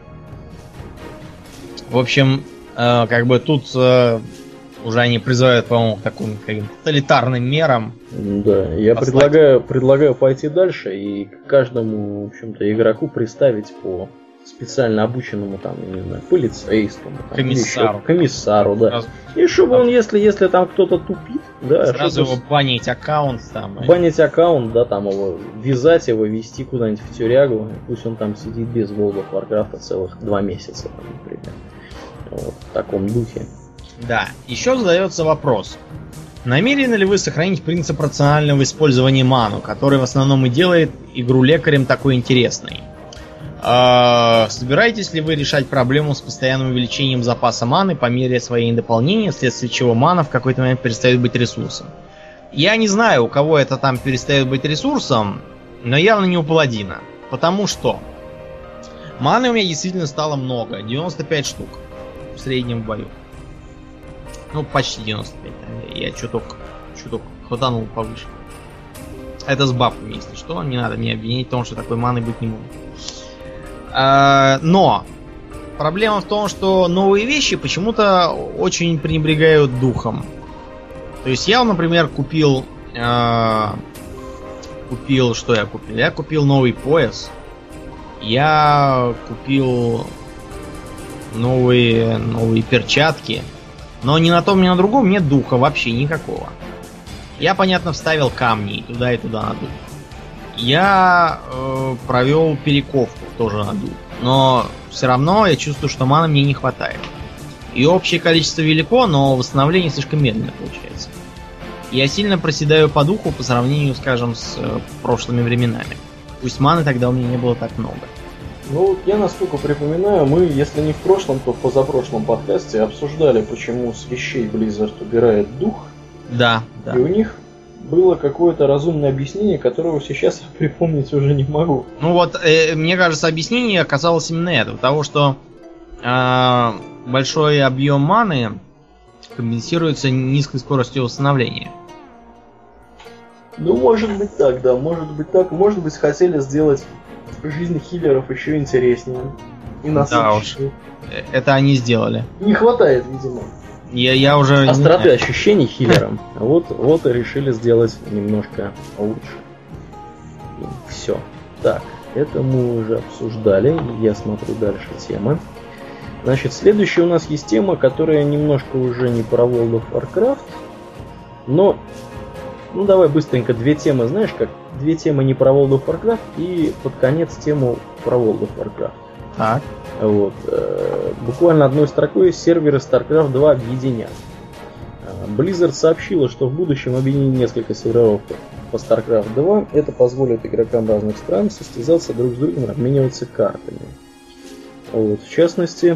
В общем, как бы тут уже они призывают, по-моему, к таким тоталитарным мерам. Да, я предлагаю пойти дальше и к каждому, в общем-то, игроку представить по специально обученному там, не знаю, полицейскому, там, комиссару, да. Сразу. И чтобы он, если там кто-то тупит, да, сразу его банить аккаунт там. Банить аккаунт, да, там его вязать, его вести куда-нибудь в тюрягу, пусть он там сидит без World of Warcraft целых 2 месяца, там, например. Вот, в таком духе. Да, еще задается вопрос. Намерены ли вы сохранить принцип рационального использования ману, который в основном и делает игру лекарем такой интересной? Собираетесь ли вы решать проблему с постоянным увеличением запаса маны по мере освоения дополнения, вследствие чего мана в какой-то момент перестает быть ресурсом? Я не знаю, у кого это там перестает быть ресурсом, но явно не у паладина. Потому что маны у меня действительно стало много. 95 штук в среднем в бою. Ну, почти 95. Я чуток хватанул повыше. Это с бафами, если что. Не надо меня обвинить в том, что такой маны быть не может. Но проблема в том, что новые вещи почему-то очень пренебрегают духом. То есть я, например, купил... Что я купил? Я купил новый пояс. Я купил новые перчатки. Но ни на том, ни на другом нет духа вообще никакого. Я, понятно, вставил камни и туда на дух. Я провел перековку тоже на дух. Но все равно я чувствую, что маны мне не хватает. И общее количество велико, но восстановление слишком медленно получается. Я сильно проседаю по духу по сравнению, скажем, с прошлыми временами. Пусть маны тогда у меня не было так много. Ну, я насколько припоминаю, мы, если не в прошлом, то в позапрошлом подкасте обсуждали, почему с вещей Blizzard убирает дух. Да, да. И у них было какое-то разумное объяснение, которого сейчас припомнить уже не могу. Ну вот, мне кажется, объяснение оказалось именно этого. Того, что большой объем маны компенсируется низкой скоростью восстановления. Ну, может быть так, да, может быть так. Может быть, хотели сделать жизнь хиллеров еще интереснее. И Да уж, это они сделали. Не хватает, видимо. Я уже... Остроты ощущений хиллерам. Вот и решили сделать немножко лучше. Все. Так, это мы уже обсуждали. Я смотрю дальше темы. Значит, следующая у нас есть тема, которая немножко уже не про World of Warcraft. Но, ну давай быстренько две темы, знаешь как? Две темы не про World of Warcraft и под конец тему про World of Warcraft. Так. Вот. Буквально одной строкой серверы StarCraft 2 объединят. Blizzard сообщила, что в будущем объединит несколько серверов по StarCraft 2. Это позволит игрокам разных стран состязаться друг с другом, обмениваться картами. Вот. В частности,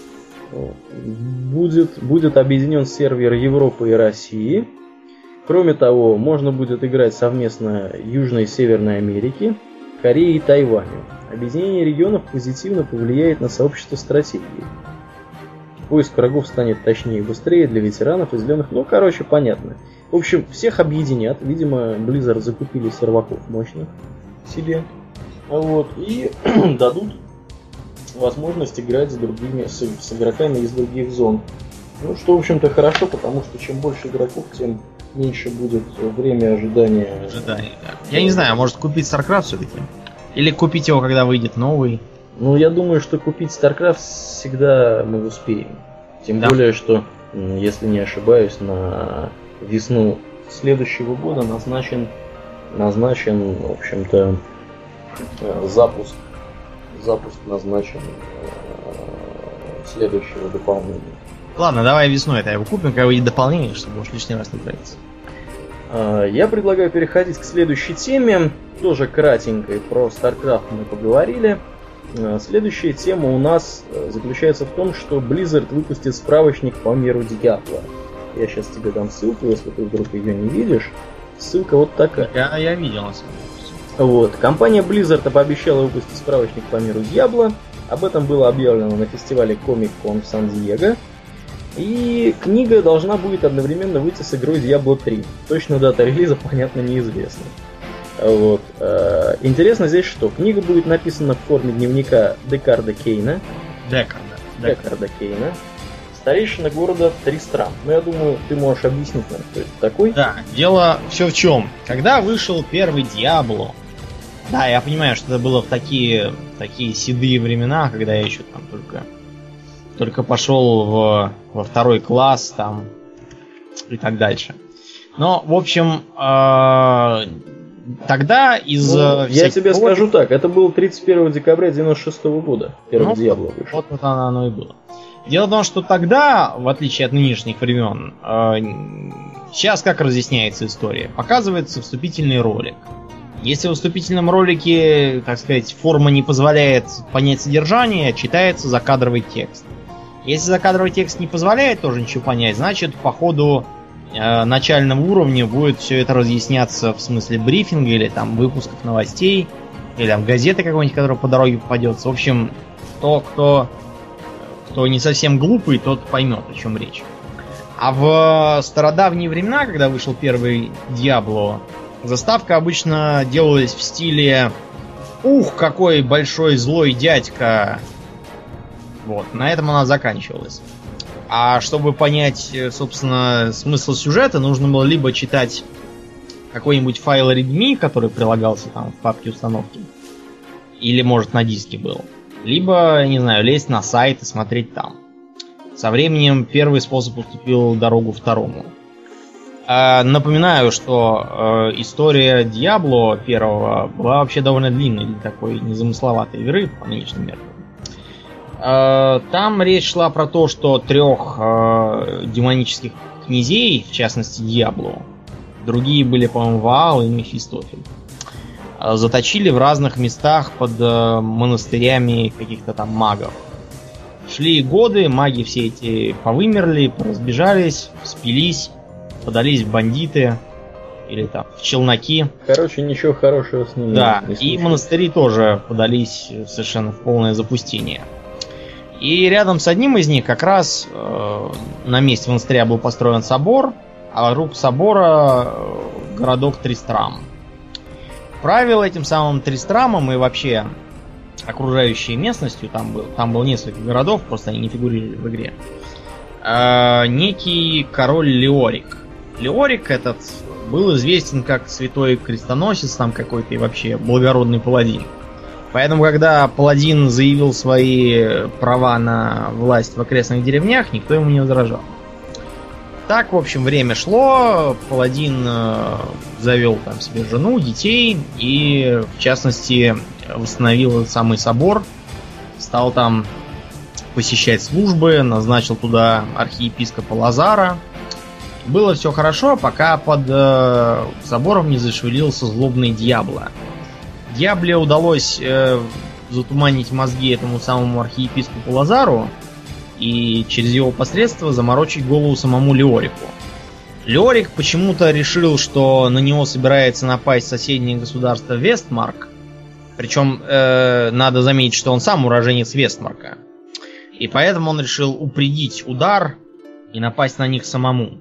будет объединен сервер Европы и России. Кроме того, можно будет играть совместно Южной и Северной Америки, Кореи и Тайваню. Объединение регионов позитивно повлияет на сообщество стратегии. Поиск врагов станет точнее и быстрее для ветеранов и зеленых. Ну, короче, понятно. В общем, всех объединят. Видимо, Blizzard закупили серваков мощных себе. Вот. И дадут возможность играть с другими, с игроками из других зон. Ну, что, в общем-то, хорошо, потому что чем больше игроков, тем меньше будет время ожидания. Да. Я не знаю, может купить StarCraft все-таки? Или купить его, когда выйдет новый? Ну, я думаю, что купить StarCraft всегда мы успеем. Тем более, что, если не ошибаюсь, на весну следующего года назначен, в общем-то, запуск назначен следующего дополнения. Ладно, давай весной это его купим, когда выйдет дополнение, чтобы уж лишний раз не тратиться. Я предлагаю переходить к следующей теме, тоже кратенькой. Про StarCraft мы поговорили. Следующая тема у нас заключается в том, что Blizzard выпустит справочник по миру Diablo. Я сейчас тебе дам ссылку, если ты вдруг ее не видишь. Ссылка вот такая. Я видел, на самом деле. Вот. Компания Blizzard пообещала выпустить справочник по миру Diablo. Об этом было объявлено на фестивале Comic-Con в Сан-Диего. И книга должна будет одновременно выйти с игрой Diablo 3. Точно дата релиза, понятно, неизвестна. Вот. Интересно здесь, что книга будет написана в форме дневника Декарда Кейна. Декарда Кейна. Старейшина города Тристран. Ну, я думаю, ты можешь объяснить нам, кто это такой. Да, дело все в чем. Когда вышел первый Diablo, да, я понимаю, что это было в такие седые времена, когда я еще там только пошел во второй класс там и так дальше. Но, в общем, тогда из... я тебе скажу так, это было 31 декабря 96 года, первый Diablo вышел. Вот оно и было. Дело в том, что тогда, в отличие от нынешних времен, сейчас как разъясняется история? Показывается вступительный ролик. Если в вступительном ролике, так сказать, форма не позволяет понять содержание, читается закадровый текст. Если закадровый текст не позволяет тоже ничего понять, значит, по ходу начального уровня будет все это разъясняться в смысле брифинга или там выпусков новостей, или там газеты какой-нибудь, которая по дороге попадется. В общем, кто не совсем глупый, тот поймет, о чем речь. А в стародавние времена, когда вышел первый Diablo, заставка обычно делалась в стиле «Ух, какой большой злой дядька!» Вот, на этом она заканчивалась. А чтобы понять, собственно, смысл сюжета, нужно было либо читать какой-нибудь файл readme, который прилагался там в папке установки, или, может, на диске был, либо, не знаю, лезть на сайт и смотреть там. Со временем первый способ уступил дорогу второму. Напоминаю, что история Diablo первого была вообще довольно длинной для такой незамысловатой игры по нынешним меркам. Там речь шла про то, что 3 демонических князей, в частности Дьяблу, другие были, по-моему, Ваал и Мефистофель, заточили в разных местах под монастырями каких-то там магов. Шли годы, маги все эти повымерли, разбежались, спились, подались в бандиты или там в челноки. Короче, ничего хорошего с ними да, не и случилось. монастыри тоже подались совершенно в полное запустение. И рядом с одним из них как раз на месте монастыря был построен собор, а вокруг собора городок Тристрам. Правил этим самым Тристрамом и вообще окружающей местностью, там было несколько городов, просто они не фигурировали в игре, некий король Леорик. Леорик этот был известен как святой крестоносец, там какой-то и вообще благородный паладин. Поэтому, когда паладин заявил свои права на власть в окрестных деревнях, никто ему не возражал. Так, в общем, время шло, паладин завел там себе жену, детей и, в частности, восстановил этот самый собор, стал там посещать службы, назначил туда архиепископа Лазара. Было все хорошо, пока под собором не зашевелился злобный Дьябло. Дьябле удалось затуманить мозги этому самому архиепископу Лазару и через его посредство заморочить голову самому Леорику. Леорик почему-то решил, что на него собирается напасть соседнее государство Вестмарк. Причем надо заметить, что он сам уроженец Вестмарка. И поэтому он решил упредить удар и напасть на них самому.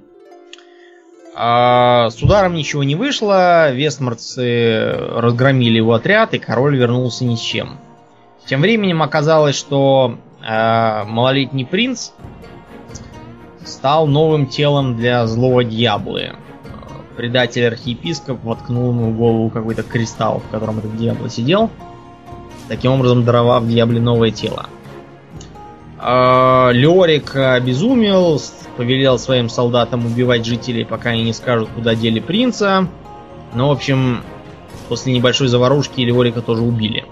С ударом ничего не вышло, вестмарцы разгромили его отряд, и король вернулся ни с чем. Тем временем оказалось, что малолетний принц стал новым телом для злого Дьяблы. Предатель-архиепископ воткнул ему в голову какой-то кристалл, в котором этот Дьябло сидел, таким образом даровав Дьябле новое тело. Леорик обезумел, повелел своим солдатам убивать жителей, пока они не скажут, куда дели принца. Ну, в общем, после небольшой заварушки Леорика тоже убили.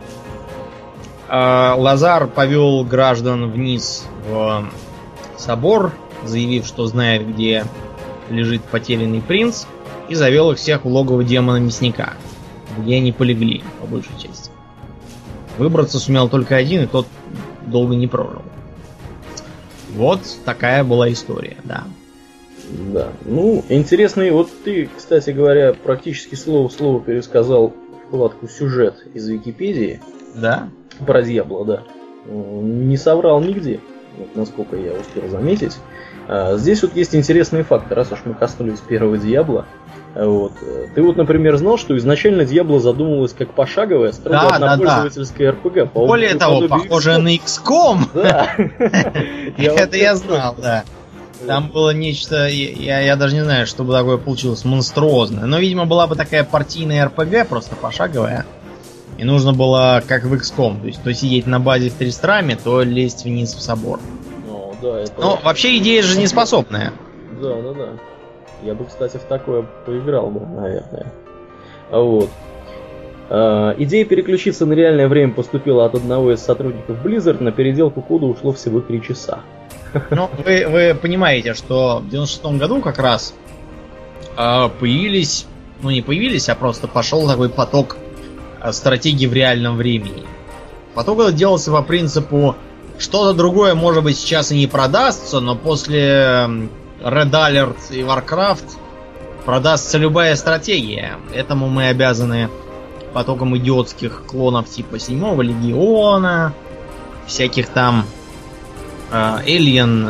Лазар повел граждан вниз в собор, заявив, что знает, где лежит потерянный принц, и завел их всех в логово демона-мясника, где они полегли, по большей части. Выбраться сумел только один, и тот долго не прожил. Вот такая была история, да. Да. Ну, интересный. Вот ты, кстати говоря, практически слово в слово пересказал вкладку «Сюжет» из Википедии. Да? Про Дьябло, да. Не соврал нигде, вот, насколько я успел заметить. Здесь вот есть интересные факты, раз уж мы коснулись первого Дьябло. Вот. Ты вот, например, знал, что изначально Дьябло задумывалось как пошаговая, строго однопользовательская РПГ. Более того, похожая на XCOM. Да. Это я знал, да. Там было нечто, я даже не знаю, что бы такое получилось, монструозное. Но, видимо, была бы такая партийная РПГ, просто пошаговая. И нужно было, как в XCOM, то есть то сидеть на базе в Тристраме, то лезть вниз в собор. Ну, да, это... Но вообще идея жизнеспособная. Да. Я бы, кстати, в такое поиграл бы, наверное. Вот. Идея переключиться на реальное время поступила от одного из сотрудников Blizzard, на переделку кода ушло всего 3 часа. Ну, вы понимаете, что в 96-м году как раз появились, ну не появились, а просто пошел такой поток стратегий в реальном времени. Поток это делался по принципу, что-то другое, может быть, сейчас и не продастся, но после Red Alert и Warcraft продастся любая стратегия. Этому мы обязаны потоком идиотских клонов типа 7-го Легиона, всяких там Alien,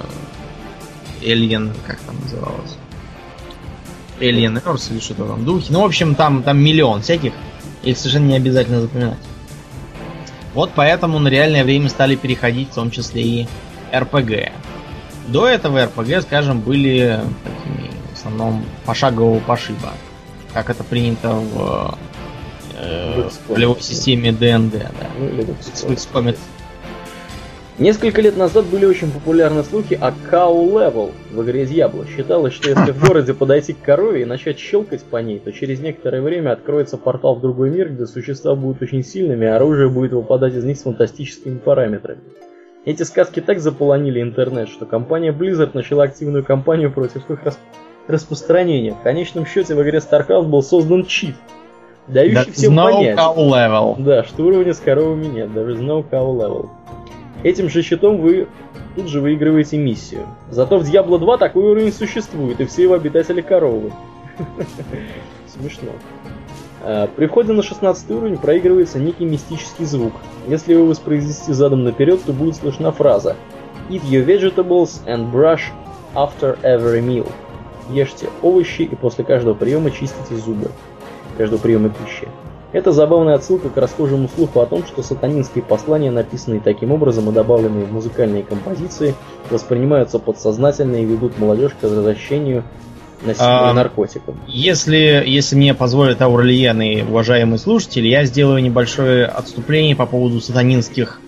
как там называлось? Alien Earth или что-то там духи. Ну, в общем, там миллион всяких. Их совершенно не обязательно запоминать. Вот поэтому на реальное время стали переходить в том числе и РПГ. До этого РПГ, скажем, были такими, в основном, пошагового пошиба. Как это принято в ролевой системе ДНД. Да. Ну, или в XCOM. Несколько лет назад были очень популярны слухи о Cow Level в игре Diablo. Считалось, что если в городе подойти к корове и начать щелкать по ней, то через некоторое время откроется портал в другой мир, где существа будут очень сильными, а оружие будет выпадать из них с фантастическими параметрами. Эти сказки так заполонили интернет, что компания Blizzard начала активную кампанию против их распространения. В конечном счете в игре StarCraft был создан чит, дающий всем понять, да, что уровня с коровами нет, даже no cow level. Этим же щитом вы тут же выигрываете миссию. Зато в Diablo 2 такой уровень существует, и все его обитатели коровы. Смешно. При входе на 16 уровень проигрывается некий мистический звук. Если его воспроизвести задом наперед, то будет слышна фраза Eat your vegetables and brush after every meal. Ешьте овощи и после каждого приема чистите зубы. Каждого приема пищи. Это забавная отсылка к расхожему слуху о том, что сатанинские послания, написанные таким образом и добавленные в музыкальные композиции, воспринимаются подсознательно и ведут молодежь к возвращению носителя наркотиков. Если мне позволят Аурельен и уважаемые слушатели, я сделаю небольшое отступление по поводу сатанинских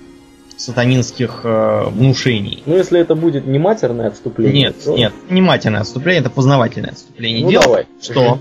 внушений. Ну, если это будет не матерное отступление... Нет, то... нет, не матерное отступление, это познавательное отступление. Ну, давай. Что...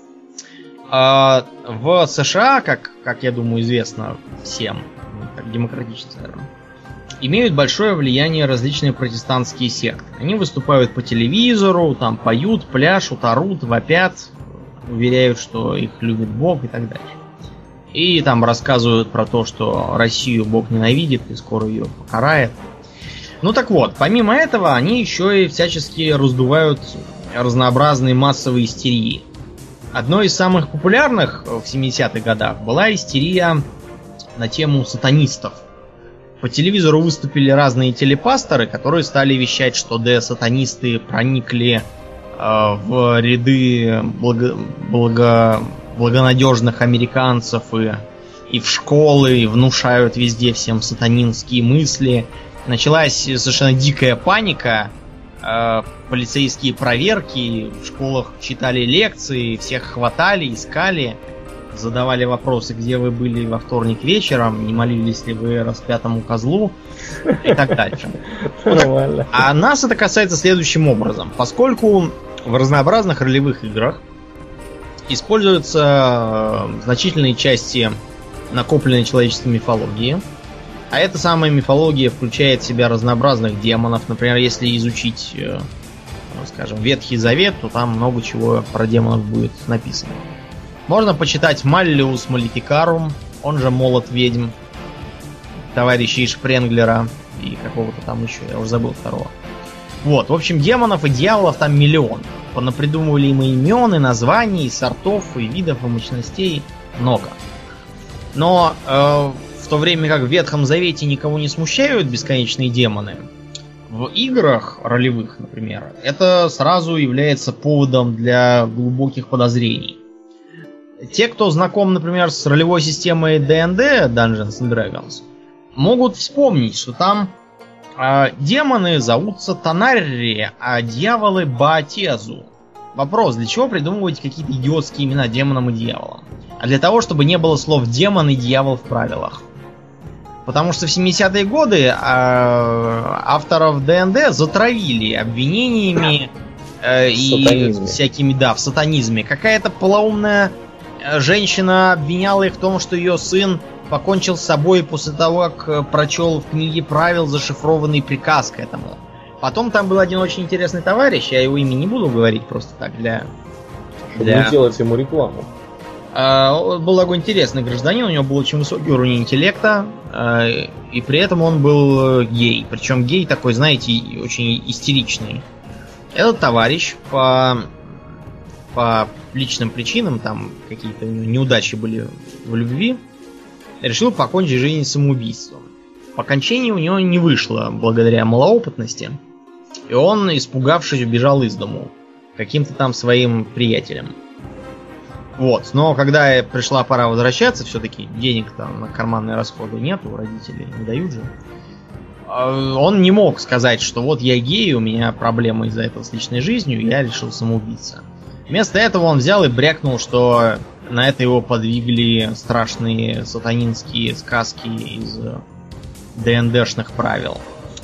в США, как я думаю, известно всем, как демократически, наверное, имеют большое влияние различные протестантские секты. Они выступают по телевизору, там поют, пляшут, орут, вопят, уверяют, что их любит Бог и так далее. И там рассказывают про то, что Россию Бог ненавидит и скоро ее покарает. Ну так вот, помимо этого, они еще и всячески раздувают разнообразные массовые истерии. Одной из самых популярных в 70-х годах была истерия на тему сатанистов. По телевизору выступили разные телепасторы, которые стали вещать, что сатанисты проникли в ряды благонадежных американцев и в школы, и внушают везде всем сатанинские мысли. Началась совершенно дикая паника. Полицейские проверки, в школах читали лекции, всех хватали, искали, задавали вопросы, где вы были во вторник вечером, не молились ли вы распятому козлу и так дальше. А нас это касается следующим образом. Поскольку в разнообразных ролевых играх используются значительные части накопленной человеческой мифологии, а эта самая мифология включает в себя разнообразных демонов. Например, если изучить, скажем, Ветхий Завет, то там много чего про демонов будет написано. Можно почитать Маллиус Малификарум, он же Молот ведьм, товарища Шпренглера и какого-то там еще, я уже забыл второго. Вот, в общем, демонов и дьяволов там миллион. Понапридумывали им и имен, и названий, и сортов, и видов, и мощностей много. Но в то время как в Ветхом Завете никого не смущают бесконечные демоны, в играх ролевых, например, это сразу является поводом для глубоких подозрений. Те, кто знаком, например, с ролевой системой D&D, Dungeons and Dragons, могут вспомнить, что там демоны зовутся Танарри, а дьяволы Баатезу. Вопрос, для чего придумывать какие-то идиотские имена демонам и дьяволам? А для того, чтобы не было слов демон и дьявол в правилах. Потому что в 70-е годы авторов D&D затравили обвинениями и всякими, в сатанизме. Какая-то полоумная женщина обвиняла их в том, что ее сын покончил с собой после того, как прочел в книге правил зашифрованный приказ к этому. Потом там был один очень интересный товарищ, я его имя не буду говорить просто так чтобы не делать ему рекламу. Он был такой интересный гражданин, у него был очень высокий уровень интеллекта, и при этом он был гей. Причем гей такой, знаете, очень истеричный. Этот товарищ по личным причинам, там какие-то неудачи были в любви, решил покончить жизнь самоубийством. По окончании у него не вышло, благодаря малоопытности, и он, испугавшись, убежал из дому каким-то там своим приятелям. Вот, но когда пришла пора возвращаться, все-таки денег там на карманные расходы нету, родители не дают же. Он не мог сказать, что вот я гей, у меня проблемы из-за этого с личной жизнью, я решил самоубийца. Вместо этого он взял и брякнул, что на это его подвигли страшные сатанинские сказки из ДНДшных правил.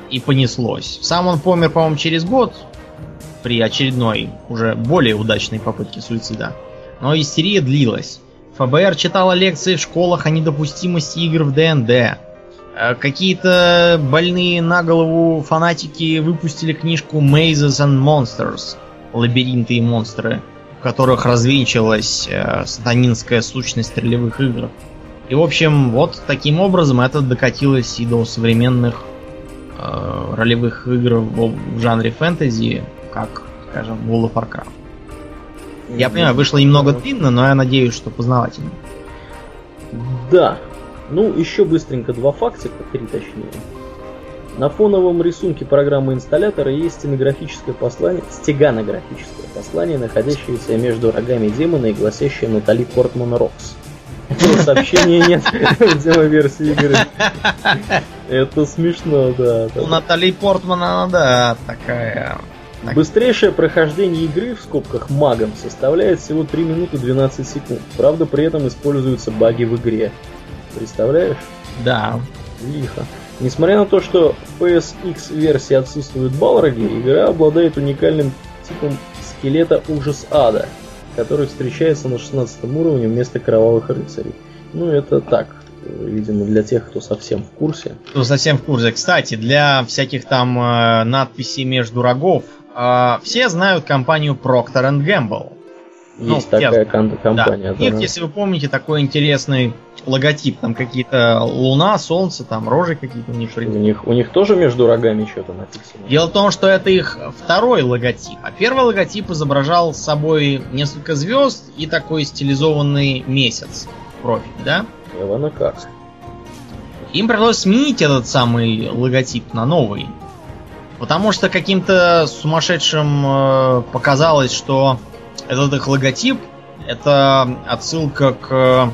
и понеслось. Сам он помер, по-моему, через год при очередной, уже более удачной попытке суицида. Но истерия длилась. ФБР читало лекции в школах о недопустимости игр в ДНД. Какие-то больные на голову фанатики выпустили книжку Mazes and Monsters, лабиринты и монстры, в которых развенчивалась сатанинская сущность ролевых игр. И, в общем, вот таким образом это докатилось и до современных ролевых игр в жанре фэнтези, как, скажем, World of Warcraft. Я понимаю, вышло немного длинно, но я надеюсь, что познавательно. Да. Ну, еще быстренько 2 фактика, 3 точнее. На фоновом рисунке программы инсталлятора есть стеганографическое послание, находящееся между рогами демона и гласящее «Натали Портман Рокс». Сообщения нет в демо-версии игры. Это смешно, да. У Натали Портман, она, да, такая... Быстрейшее прохождение игры, в скобках магом, составляет всего 3 минуты 12 секунд. Правда, при этом используются баги в игре. Представляешь? Да. Лихо. Несмотря на то, что в PSX версии отсутствуют балроги, игра обладает уникальным типом скелета Ужас Ада, который встречается на 16 уровне вместо кровавых рыцарей. Ну, это так, видимо, для тех, кто совсем в курсе. Кто совсем в курсе. Кстати, для всяких там надписей между рогов, все знают компанию Procter & Gamble. Есть такая компания. Да. У них, если вы помните, такой интересный логотип. Там какие-то луна, солнце, там рожи какие-то у них. У них тоже между рогами что-то написано. Дело в том, что это их второй логотип. А первый логотип изображал собой несколько звезд и такой стилизованный месяц в профиль, да? Ивана как? Им пришлось сменить этот самый логотип на новый. Потому что каким-то сумасшедшим показалось, что этот их логотип — это отсылка к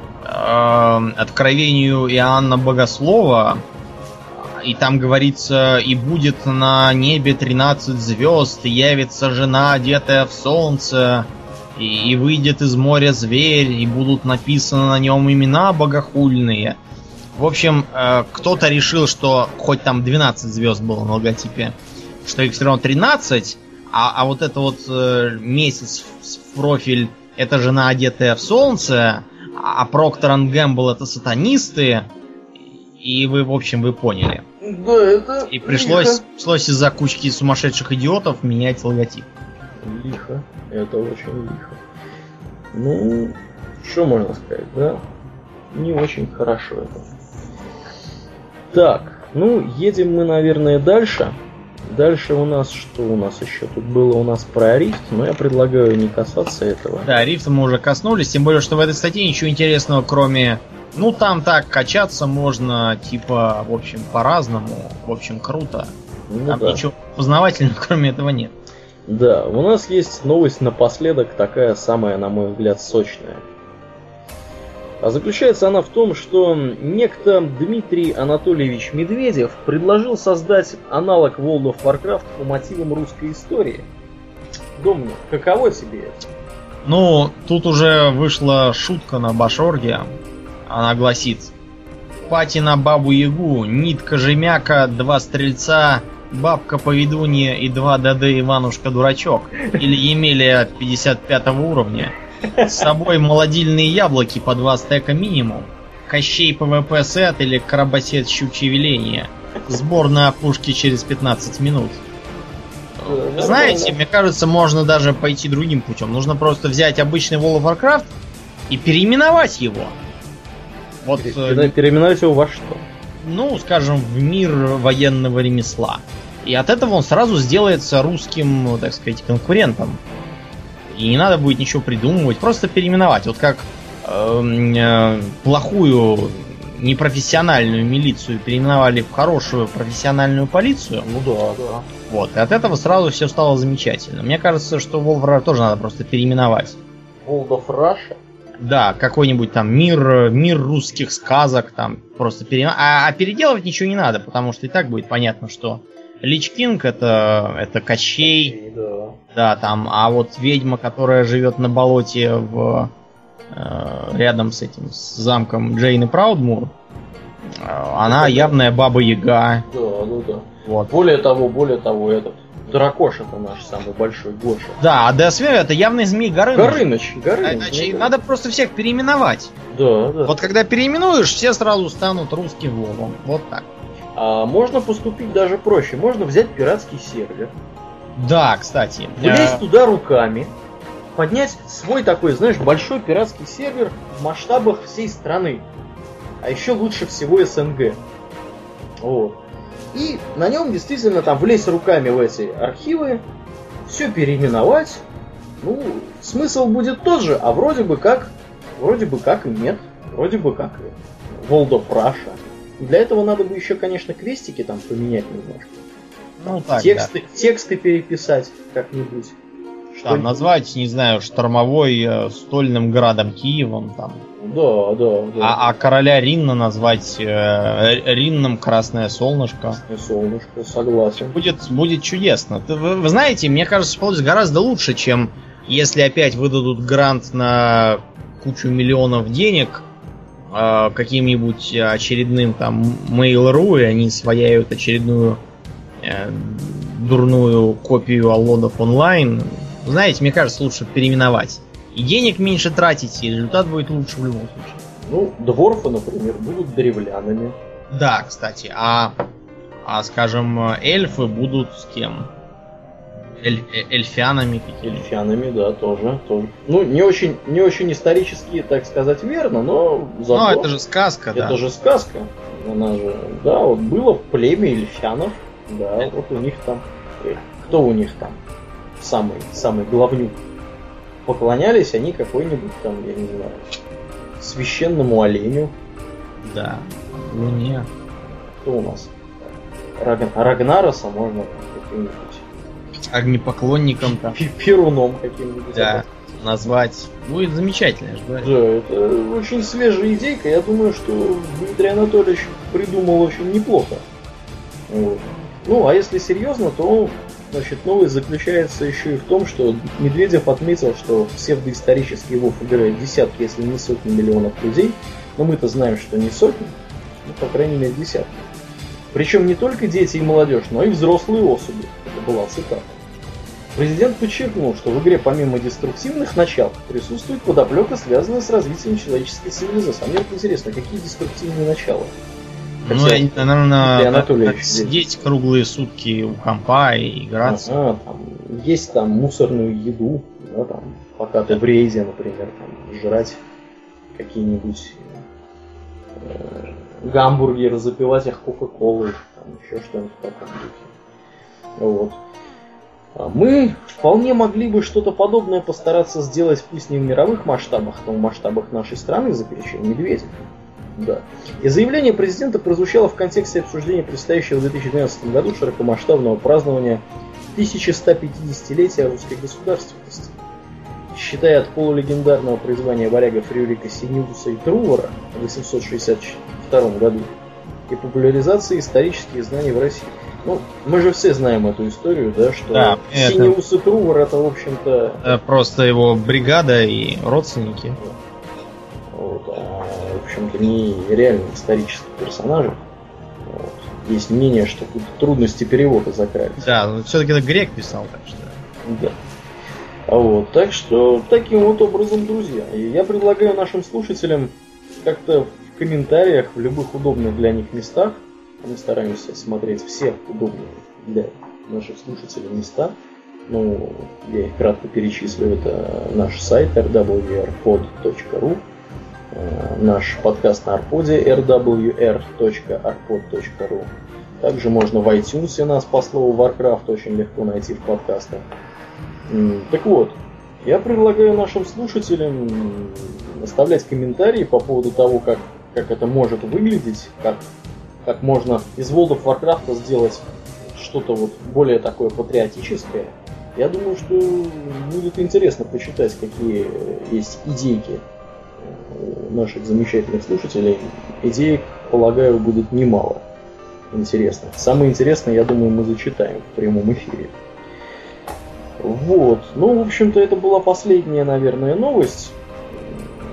откровению Иоанна Богослова. И там говорится: «И будет на небе 13 звезд, и явится жена, одетая в солнце, и выйдет из моря зверь, и будут написаны на нем имена богохульные». В общем, кто-то решил, что хоть там 12 звезд было на логотипе, что их все равно 13, а вот это вот месяц в профиль — это жена, одетая в солнце, а Procter & Gamble — это сатанисты, и вы, в общем, вы поняли. Да, это и пришлось из-за кучки сумасшедших идиотов менять логотип. Лихо, это очень лихо. Ну, что можно сказать, да? Не очень хорошо это. Так, ну, едем мы, наверное, дальше. Дальше у нас, что у нас еще тут было? У нас про рифт, но я предлагаю не касаться этого. Да, рифта мы уже коснулись, тем более, что в этой статье ничего интересного, кроме... Ну, там так качаться можно, типа, в общем, по-разному. В общем, круто. Ну, там ничего познавательного, кроме этого, нет. Да, у нас есть новость напоследок, такая самая, на мой взгляд, сочная. А заключается она в том, что некто Дмитрий Анатольевич Медведев предложил создать аналог World of Warcraft по мотивам русской истории. Домнин, каково тебе это? Ну, тут уже вышла шутка на Башорге. Она гласит: пати на бабу-ягу, нитка жемяка, 2 стрельца, бабка-поведунья и 2 ДД Иванушка-дурачок. Или Емелия 55 уровня. С собой молодильные яблоки по 2 стека минимум. Кощей ПВП сет или Карабасет щучье веление. Сбор на опушке через 15 минут. Знаете, мне кажется, можно даже пойти другим путем. Нужно просто взять обычный World of Warcraft и переименовать его. Вот, переименовать его во что? Ну, скажем, в мир военного ремесла. И от этого он сразу сделается русским, так сказать, конкурентом. И не надо будет ничего придумывать, просто переименовать. Вот как плохую, непрофессиональную милицию переименовали в хорошую профессиональную полицию. Ну да. Вот, и от этого сразу все стало замечательно. Мне кажется, что Wolverine тоже надо просто переименовать. World of Russia? Да, какой-нибудь там мир русских сказок, там просто переименовать. А переделывать ничего не надо, потому что и так будет понятно, что Лич Кинг это Кощей. Да, там, а вот ведьма, которая живет на болоте рядом с этим, с замком Джейны Праудмур, она явная Баба Яга. Да. Вот. Более того, этот Дракоша-то наш самый большой Гоша. Да, а ДСВ это явный Змей Горыныч. Горыныч. Надо просто всех переименовать. Да. Вот когда переименуешь, все сразу станут русским Вовом. Вот так. А можно поступить даже проще. Можно взять пиратский сервер. Да, кстати. Влезть туда руками, поднять свой такой, знаешь, большой пиратский сервер в масштабах всей страны. А еще лучше всего СНГ. Вот. И на нем действительно там влезть руками в эти архивы, все переименовать. Ну, смысл будет тот же, а вроде бы как и нет. Вроде бы как и World of Russia. Для этого надо бы еще, конечно, квестики там поменять немножко. Ну, так, тексты переписать как-нибудь. Там назвать, не знаю, штормовой стольным градом Киевом там. Да. А короля Ринна назвать Ринном Красное Солнышко. Красное Солнышко, согласен. Будет чудесно. Вы знаете, мне кажется, получится гораздо лучше, чем если опять выдадут грант на кучу миллионов денег каким-нибудь очередным там Mail.ru, и они свояют очередную дурную копию Аллодов онлайн. Знаете, мне кажется, лучше переименовать. И денег меньше тратить, и результат будет лучше в любом случае. Ну, дворфы, например, будут древлянами. Да, кстати. А скажем, эльфы будут с кем? Эльфянами какими-то. Эльфянами, да, тоже. Ну, не очень исторически, так сказать, верно, но зато... Ну, это же сказка, да. Это же сказка. Она же, да, вот было племя эльфянов, да, вот у них там... Кто у них там? Самый главнюк. Поклонялись они какой-нибудь там, я не знаю, священному оленю. Да, Луне. Кто у нас? Рагнароса можно каким-нибудь... Огнепоклонником там. Перуном каким-нибудь. Да, назвать. Будет замечательно, я же говорю. Да, это очень свежая идейка. Я думаю, что Дмитрий Анатольевич придумал очень неплохо. Вот. Ну, а если серьезно, то, значит, новость заключается еще и в том, что Медведев отметил, что в псевдоисторический ВОВ играют десятки, если не сотни миллионов людей. Но мы-то знаем, что не сотни, ну, по крайней мере, десятки. Причем не только дети и молодежь, но и взрослые особи. Это была цитата. Президент подчеркнул, что в игре помимо деструктивных начал присутствует подоплека, связанная с развитием человеческой цивилизации. А мне вот интересно, какие деструктивные начала? Ну, наверное, сидеть круглые сутки у компа и играться. Там, есть там мусорную еду, да, там, пока ты в рейде, например, там, жрать какие-нибудь гамбургеры, запивать их кока-колой, там, еще что-нибудь в таком духе. Вот. Мы вполне могли бы что-то подобное постараться сделать, пусть не в мировых масштабах, но в масштабах нашей страны, заключил Медведев. Да. И заявление президента прозвучало в контексте обсуждения предстоящего в 2012 году широкомасштабного празднования 1150-летия русской государственности. Считая от полулегендарного призвания варягов Рюрика Синеуса и Трувора в 862 году и популяризации исторических знаний в России. Ну, мы же все знаем эту историю, да, что да, Синеус и Трувор это, в общем-то... Просто его бригада и родственники. Вот, в общем-то, не реально исторические персонажи. Вот. Есть мнение, что тут трудности перевода закрались. Да, но все-таки это грек писал, так что... Да. Вот, так что, таким вот образом, друзья, я предлагаю нашим слушателям как-то в комментариях, в любых удобных для них местах, мы стараемся смотреть все удобные для наших слушателей места. Ну, я их кратко перечислю. Это наш сайт rwrpod.ru, наш подкаст на Арподе rwr.arpod.ru. Также можно в iTunes нас по слову Warcraft очень легко найти в подкастах. Так вот, я предлагаю нашим слушателям оставлять комментарии по поводу того, как это может выглядеть, как можно из World of Warcraft сделать что-то вот более такое патриотическое. Я думаю, что будет интересно почитать, какие есть идейки у наших замечательных слушателей. Идеек, полагаю, будет немало интересных. Самое интересное, я думаю, мы зачитаем в прямом эфире. Вот. Ну, в общем-то, это была последняя, наверное, новость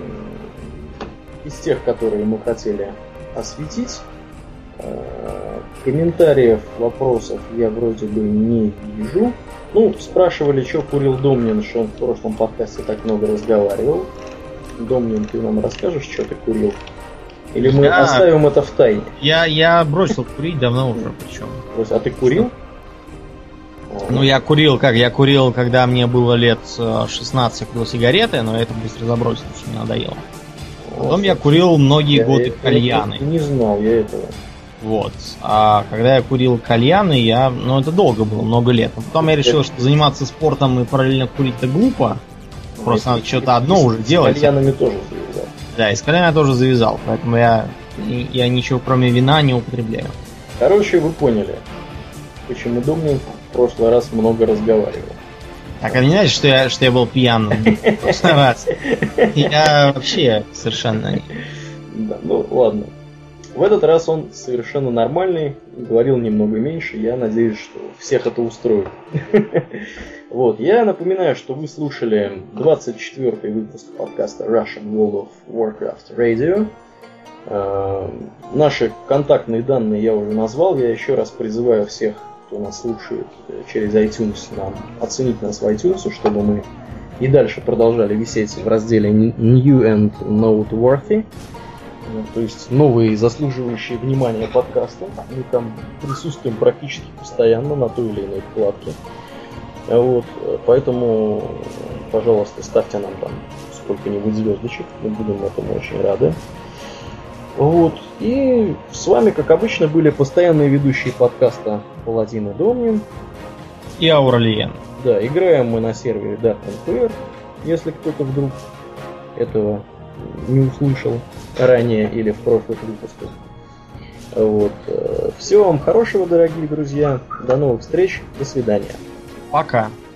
из тех, которые мы хотели осветить. Комментариев, вопросов я вроде бы не вижу. Ну, спрашивали, что курил Домнин, что он в прошлом подкасте так много разговаривал. Домнин, ты нам расскажешь, что ты курил? Или мы оставим это в тайне? Я бросил курить давно уже, причем. А ты курил? Ну, я курил, когда мне было лет 16, курил сигареты, но я это быстро забросил, потому что мне надоело. Потом я курил многие годы кальяны. Не знал я этого. Вот. А когда я курил кальяны, это долго было, много лет. А потом я решил, что заниматься спортом и параллельно курить это глупо. Просто надо что-то одно уже делать. С кальянами тоже завязал. Да, и с кальянами я тоже завязал. Поэтому я ничего кроме вина не употребляю. Короче, вы поняли, почему Домнин в прошлый раз много разговаривал. Так, а не знаешь, что я был пьян в прошлый раз? Я вообще совершенно... Да, ну ладно. В этот раз он совершенно нормальный, говорил немного меньше, я надеюсь, что всех это устроит. Вот, я напоминаю, что вы слушали 24-й выпуск подкаста Russian World of Warcraft Radio. Наши контактные данные я уже назвал, я еще раз призываю всех, кто нас слушает через iTunes, нам оценить нас в iTunes, чтобы мы и дальше продолжали висеть в разделе New and Noteworthy. То есть новые заслуживающие внимания подкасты. Мы там присутствуем практически постоянно на той или иной вкладке. Вот, поэтому, пожалуйста, ставьте нам там сколько-нибудь звездочек. Мы будем этому очень рады. Вот. И с вами, как обычно, были постоянные ведущие подкаста Паладин и Домнин. И Ауралиен. Да, играем мы на сервере Dark Empire, если кто-то вдруг этого не услышал ранее или в прошлых выпусках. Вот. Всего вам хорошего, дорогие друзья. До новых встреч. До свидания. Пока.